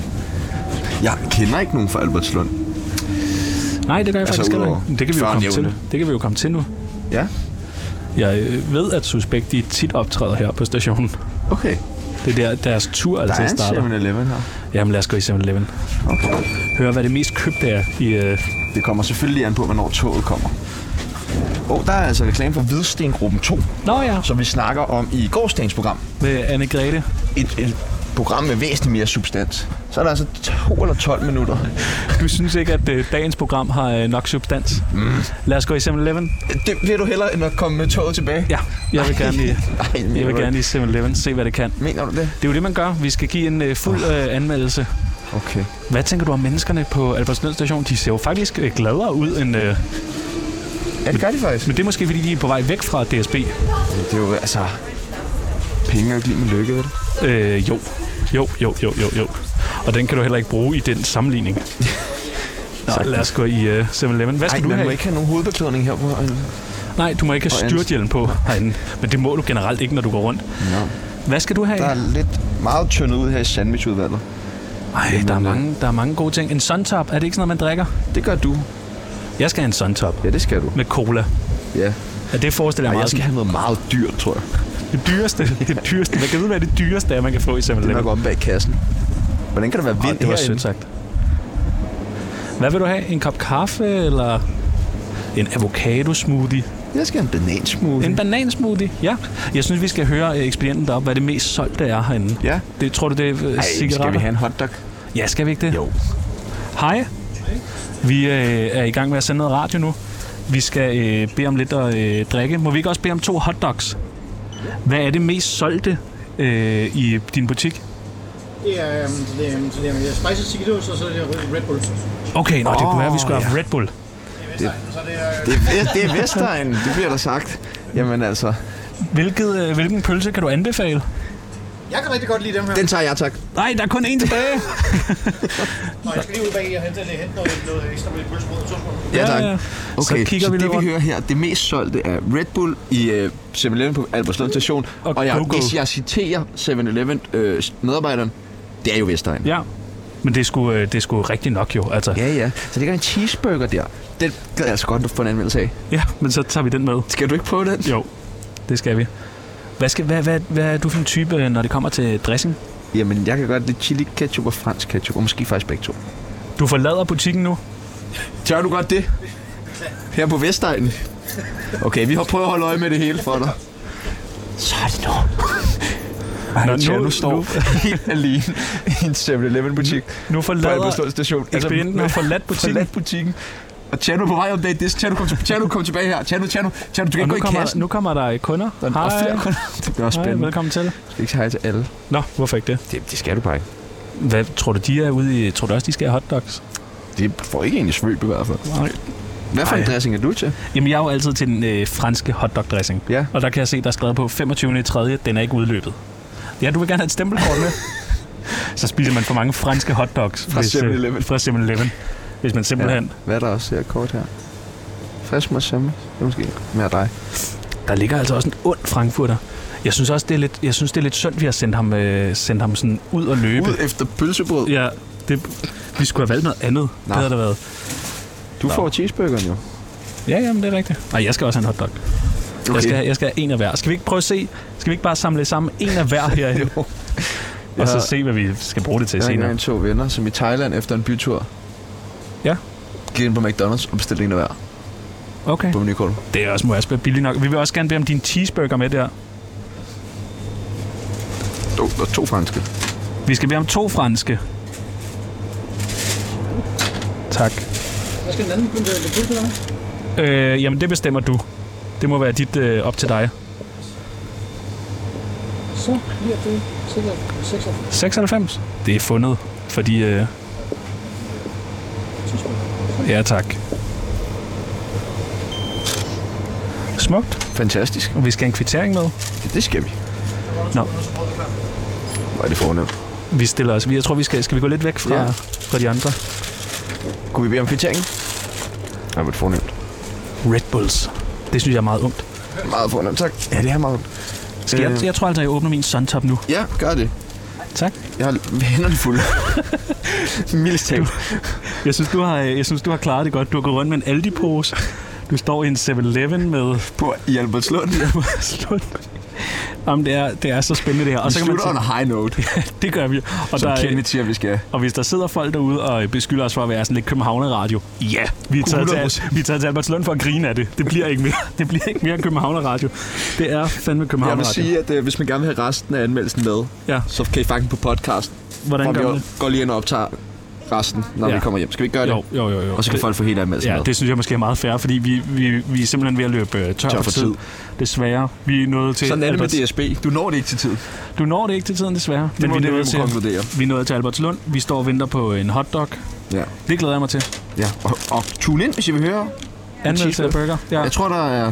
Jeg kender ikke nogen fra Albertslund. Nej, det gør jeg altså, faktisk ikke. Det kan vi jo komme til. Det kan vi jo komme til nu. Ja. Jeg ved, at Suspekt de tit optræder her på stationen. Okay. Det er der, deres tur altid starter. Der er en seven eleven her. Jamen, lad os gå i seven eleven. Okay. Hør, hvad det mest købte er i... Uh... Det kommer selvfølgelig an på, hvornår toget kommer. Og oh, der er altså reklame for Hvidstengruppen to. Nå ja. Som vi snakker om i gårsdagens program. Med Anne-Grethe. Et, et program med væsentligt mere substans. Så er der altså to eller tolv minutter. Du synes ikke, at uh, dagens program har uh, nok substans? Mm. Lad os gå i seven eleven. Det vil du hellere, end at komme med toget tilbage? Ja, jeg vil gerne i, Ej, jeg vil gerne i seven eleven. Se, hvad det kan. Mener du det? Det er jo det, man gør. Vi skal give en uh, fuld uh, anmeldelse. Okay. Hvad tænker du om menneskerne på Albertslund Station? De ser jo faktisk uh, gladere ud end... Uh... Ja, det gør de faktisk. Men det er måske, fordi de er på vej væk fra D S B. Det er jo, altså... Penge er jo ikke lige med lykke, ved det? Øh, jo. Jo, jo, jo, jo, jo. Og den kan du heller ikke bruge i den sammenligning. Nå, lad os gå i uh, seven eleven. Hvad skal Ej, du have? man må ikke have nogen hovedbeklædning her på. Nej, du må ikke have styrthjelm på herinde. Men det må du generelt ikke, når du går rundt. No. Hvad skal du have? Der er lidt meget tyndet ud her i sandwichudvalget. Ej, der er, mange, der er mange gode ting. En suntop, er det ikke sådan noget, man drikker? Det gør du. Jeg skal have en suntop. Ja, det skal du. Med cola. Ja. Ja, det forestiller jeg mig. meget. Jeg skal have noget meget dyrt, tror jeg. Det dyreste, det dyreste. Man kan vide, hvad det dyreste er, man kan få i seven eleven. Det er nok om bag kassen. Hvordan kan der være vind herinde? Det var sødt sagt. Hvad vil du have? En kop kaffe, eller en avocado smoothie? Jeg skal have en banansmoothie. En banansmoothie, ja. Jeg synes, vi skal høre ekspedienten deroppe, hvad det mest solgte er herinde. Ja. Det tror du, det er uh, Ej, cigaretter? Skal vi have en hotdog? Ja, skal vi ikke det? Jo. Hej. Vi øh, er i gang med at sende noget radio nu. Vi skal øh, bede om lidt at øh, drikke. Må vi ikke også bede om to hotdogs? Hvad er det mest solgte øh, i din butik? Det er, um, det er, um, det er spicy chiquitos, og så er det Red Bull. Okay, nå, oh, det kunne være, at vi skulle have ja. Red Bull. Det, det, er, det er Vestegn, det bliver der sagt. Jamen altså. Hvilket, øh, hvilken pølse kan du anbefale? Jeg kan rigtig godt lide dem her. Den tager jeg, tak. Nej, der er kun én tilbage. Nå, jeg skal lige ud bag og hente, hente noget, noget ekstra med pølsebrød. Ja, tak. Okay, så, kigger så vi det vi hører her, det mest solgte er Red Bull i uh, seven eleven på Albertslund Station. Og, og jeg, hvis jeg citerer seven eleven øh, medarbejderen, det er jo Vestegn. Ja, men det er sgu, det er sgu rigtigt nok jo. Altså. Ja, ja. Så ligger en cheeseburger der. Den gad jeg altså godt få en anmeldelse af. Ja, men så tager vi den med. Skal du ikke prøve den? Jo, det skal vi. Hvad, skal, hvad, hvad, hvad er du for en type, når det kommer til dressing? Jamen, jeg kan godt lide chili ketchup og fransk ketchup, og måske faktisk begge to. Du forlader butikken nu? Tør du godt det? Her på Vestegnen? Okay, vi har prøvet at holde øje med det hele for dig. Så er det nu. Ej, nu, nu står nu. helt alene i en seven eleven butik. Nu forlader Albertslund Station. ekspedienten har forladt butikken. Forladt butikken. Og Tjerno på vej om dagen. Tjerno, kom, Tjerno, kom tilbage her. Tjerno, Tjerno, Tjerno, du kan ikke gå i kommer, kassen. Nu kommer der kunder. Der er flere kunder. Det bliver også spændende. Hej, velkommen til. Jeg skal ikke sige hej til alle. Nå, hvorfor ikke det? Det, det skal du bare ikke. Hvad tror du, de er ude i... Tror du også, de skal have hotdogs? Det får ikke egentlig svøb i hvert fald. Nej. Hvad for en dressing er du til? Jamen, jeg er jo altid til den øh, franske hotdog-dressing. Ja. Og der kan jeg se, der er skrevet på femogtyvende tredje Den er ikke udløbet. Ja, du vil gerne have et stempelkort med. Så spiser man for mange franske hotdogs. Fra seven eleven. Fra seven eleven. Hvis man simpelthen... Ja. Hvad er der også her kort her? Frisk marsemme. Det er måske mere dig. Der ligger altså også en ond frankfurter. Jeg synes også, det er lidt, jeg synes, det er lidt synd, vi har sendt ham, øh, sendt ham sådan ud og løbe. Ud efter pølsebrød? Ja, det, vi skulle have valgt noget andet. Nå. Det havde der været. Du Nå. får cheeseburgeren jo. Ja, jamen det er rigtigt. Nej, jeg skal også have en hotdog. Okay. Jeg, skal, jeg skal have en af hver. Skal vi ikke prøve at se? Skal vi ikke bare samle sammen en af hver herinde? Jo. Og så se, hvad vi skal bruge det til jeg senere. Jeg har en to venner, som i Thailand efter en bytur. Ja. Gik ind på McDonald's og bestilte en af hver. Okay. På menukortet. Det er også, må også være billigt nok. Vi vil også gerne bede om din cheeseburger med der. To, to franske. Vi skal bede om to franske. Tak. Hvad skal den anden kunne det til øh, Jamen, det bestemmer du. Det må være dit øh, op til dig. Så bliver det seksoghalvfems. seksoghalvfems? Det er fundet, fordi... Øh... Ja, tak. Smukt. Fantastisk. Og vi skal have en kvittering med. Ja, det skal vi. Nå. Hvor er det fornemt. Vi stiller os. Jeg tror, vi skal, skal vi gå lidt væk fra, ja. fra de andre. Kunne vi bede om kvitteringen? Ja, det er fornemt. Red Bulls. Det synes jeg er meget ungt. Meget fornemt, tak. Ja, det er meget ungt. Skal jeg, jeg tror altså, jeg åbner min Suntop nu. Ja, gør det. Tak. Jeg har hænderne fulde. Mildest talt. Jeg synes, du har, jeg synes, du har klaret det godt. Du har gået rundt med en Aldi-pose. Du står i en seven eleven med... På, I Albertslund. I Albertslund. Jamen, det er, det er så spændende det her. Og vi så slutter on a high note. Ja, det gør vi. Og som der, Kenneth siger, vi skal. Og hvis der sidder folk derude og beskylder os for at være sådan lidt Københavner-radio. Ja, vi er taget til, vi er taget til Albertslund for at grine af det. Det bliver ikke mere, det bliver ikke mere Københavner-radio. Det er fandme Københavner-radio. Jeg vil sige, at uh, hvis man gerne vil have resten af anmeldelsen med, ja. så kan I faktisk på podcast. Hvordan gør vi går lige ind og optager resten, når ja. vi kommer hjem. Skal vi gøre det? Jo, jo, jo. jo. Og så kan det, folk få hele anmeldelsen ja, med. Det synes jeg måske er meget fair, fordi vi, vi, vi er simpelthen ved at løbe tør, tør for tid. tid. Desværre. Vi er nået til... Sådan er det med D S B. Du når det ikke til tid. Du når det ikke til tiden, desværre. Det Men vi er det, vi må konkludere. Vi er nået til Albertslund. Vi står og venter på en hotdog. Ja. Det glæder jeg mig til. Ja. Og, og tune ind, hvis I vil høre. Anmeldelse af burger. Ja. Jeg tror, der er...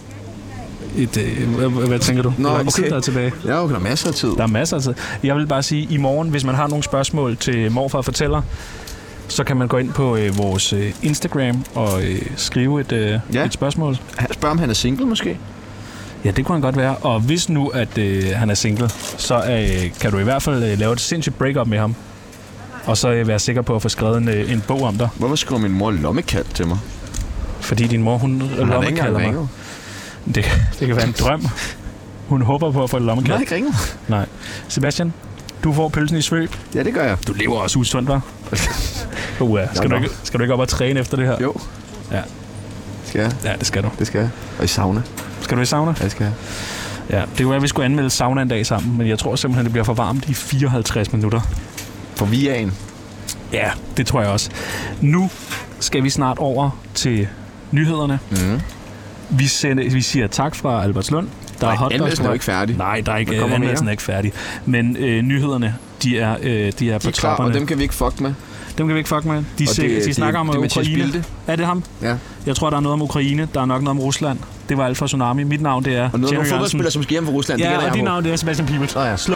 Et, øh, hvad, hvad tænker du? Nå, Hvor lang okay. tid der er tilbage? Ja, okay, der er masser af tid. Der er masser af tid. Jeg vil bare sige, i morgen, hvis man har nogle spørgsmål til Morfar Fortæller, så kan man gå ind på øh, vores øh, Instagram og øh, skrive et, øh, ja. et spørgsmål. Spørg om han er single måske? Ja, det kunne han godt være. Og hvis nu, at øh, han er single, så øh, kan du i hvert fald øh, lave et sindssygt break-up med ham. Og så øh, være sikker på at få skrevet en, øh, en bog om dig. Hvorfor skriver min mor lommekald til mig? Fordi din mor, hun, hun lommekalder mig. Det, det kan være en drøm. Hun håber på at få et lommekald. Nej, ikke ringe. Nej. Sebastian, du får pølsen i svøb. Ja, det gør jeg. Du lever også usundt, hva'? Uh, skal, du ikke, skal du ikke op og træne efter det her? Jo. Ja. Skal jeg? Ja, det skal du. Det skal jeg. Og i sauna. Skal du i sauna? Ja, det skal jeg. Ja, det kunne være, at vi skulle anmelde sauna en dag sammen, men jeg tror simpelthen, det bliver for varmt i fireoghalvtreds minutter. For vi er en. Ja, det tror jeg også. Nu skal vi snart over til nyhederne. Mm. Vi, sender, vi siger tak fra Albertslund. Der Nej, er anmeldelsen er jo ikke færdig. Nej, der er ikke, anmeldelsen er ikke færdig. Men øh, nyhederne, de er, øh, de er de på er klar, og dem kan vi ikke fuck med. Dem kan vi ikke fuck med. De, se, det, de snakker det, om det Ukraine. Er det ham? Ja. Jeg tror, der er noget om Ukraine. Der er nok noget om Rusland. Det var alt for Tsunami. Mit navn, det er... Og noget om fodboldspillere, som skal hjem fra Rusland. Ja, det og dit navn, det er Sebastian Pibels. Oh, ja. Slå.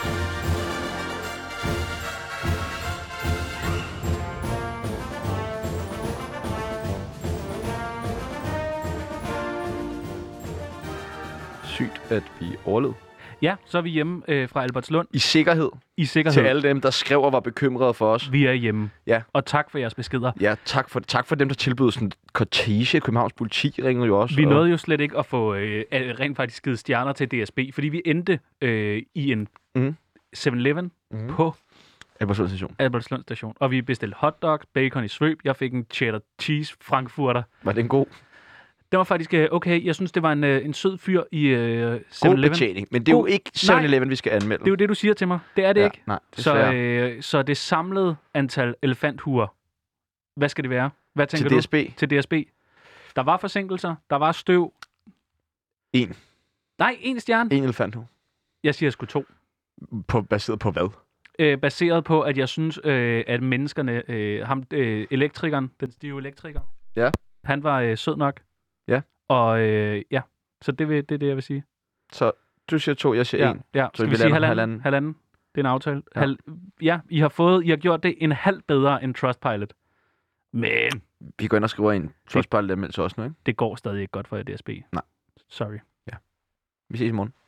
Sygt, at vi overlevede. Ja, så er vi hjemme øh, fra Albertslund. I sikkerhed. I sikkerhed. Til alle dem, der skrev og var bekymrede for os. Vi er hjemme. Ja. Og tak for jeres beskeder. Ja, tak for, tak for dem, der tilbød sådan cortege. Københavns politi ringede jo også. Vi nåede jo slet ikke at få øh, rent faktisk givet stjerner til D S B, fordi vi endte øh, i en mm. seven eleven mm. på Albertslund station. Albertslund station. Og vi bestilte hotdog, bacon i svøb. Jeg fik en cheddar cheese frankfurter. Var det en god? Det var faktisk okay. Jeg synes, det var en, en sød fyr i øh, seven eleven. God betjening, men det er jo ikke seven eleven, vi skal anmelde. Det er jo det, du siger til mig. Det er det ja, ikke. Nej, så, øh, så det samlede antal elefanthuer, hvad skal det være? Hvad tænker til D S B? Du? Til D S B. Der var forsinkelser, der var støv. En. Nej, en stjerne. En elefanthue. Jeg siger sgu to. På, baseret på hvad? Øh, baseret på, at jeg synes, øh, at menneskerne, øh, ham, øh, elektrikeren, den stive elektriker, ja. han var øh, sød nok. Ja. Og øh, ja, så det, vil, det er det, jeg vil sige. Så du siger to, jeg siger ja, en. Ja, skal vi, vi sige halvanden? halvanden? Halvanden. Det er en aftale. Ja. Hal- ja, I har fået, I har gjort det en halv bedre end Trustpilot. Men... Vi går ind og skriver en Trustpilot-anmeldelse også nu, ikke? Det går stadig ikke godt for D S B. Nej. Sorry. Ja. Vi ses i morgen.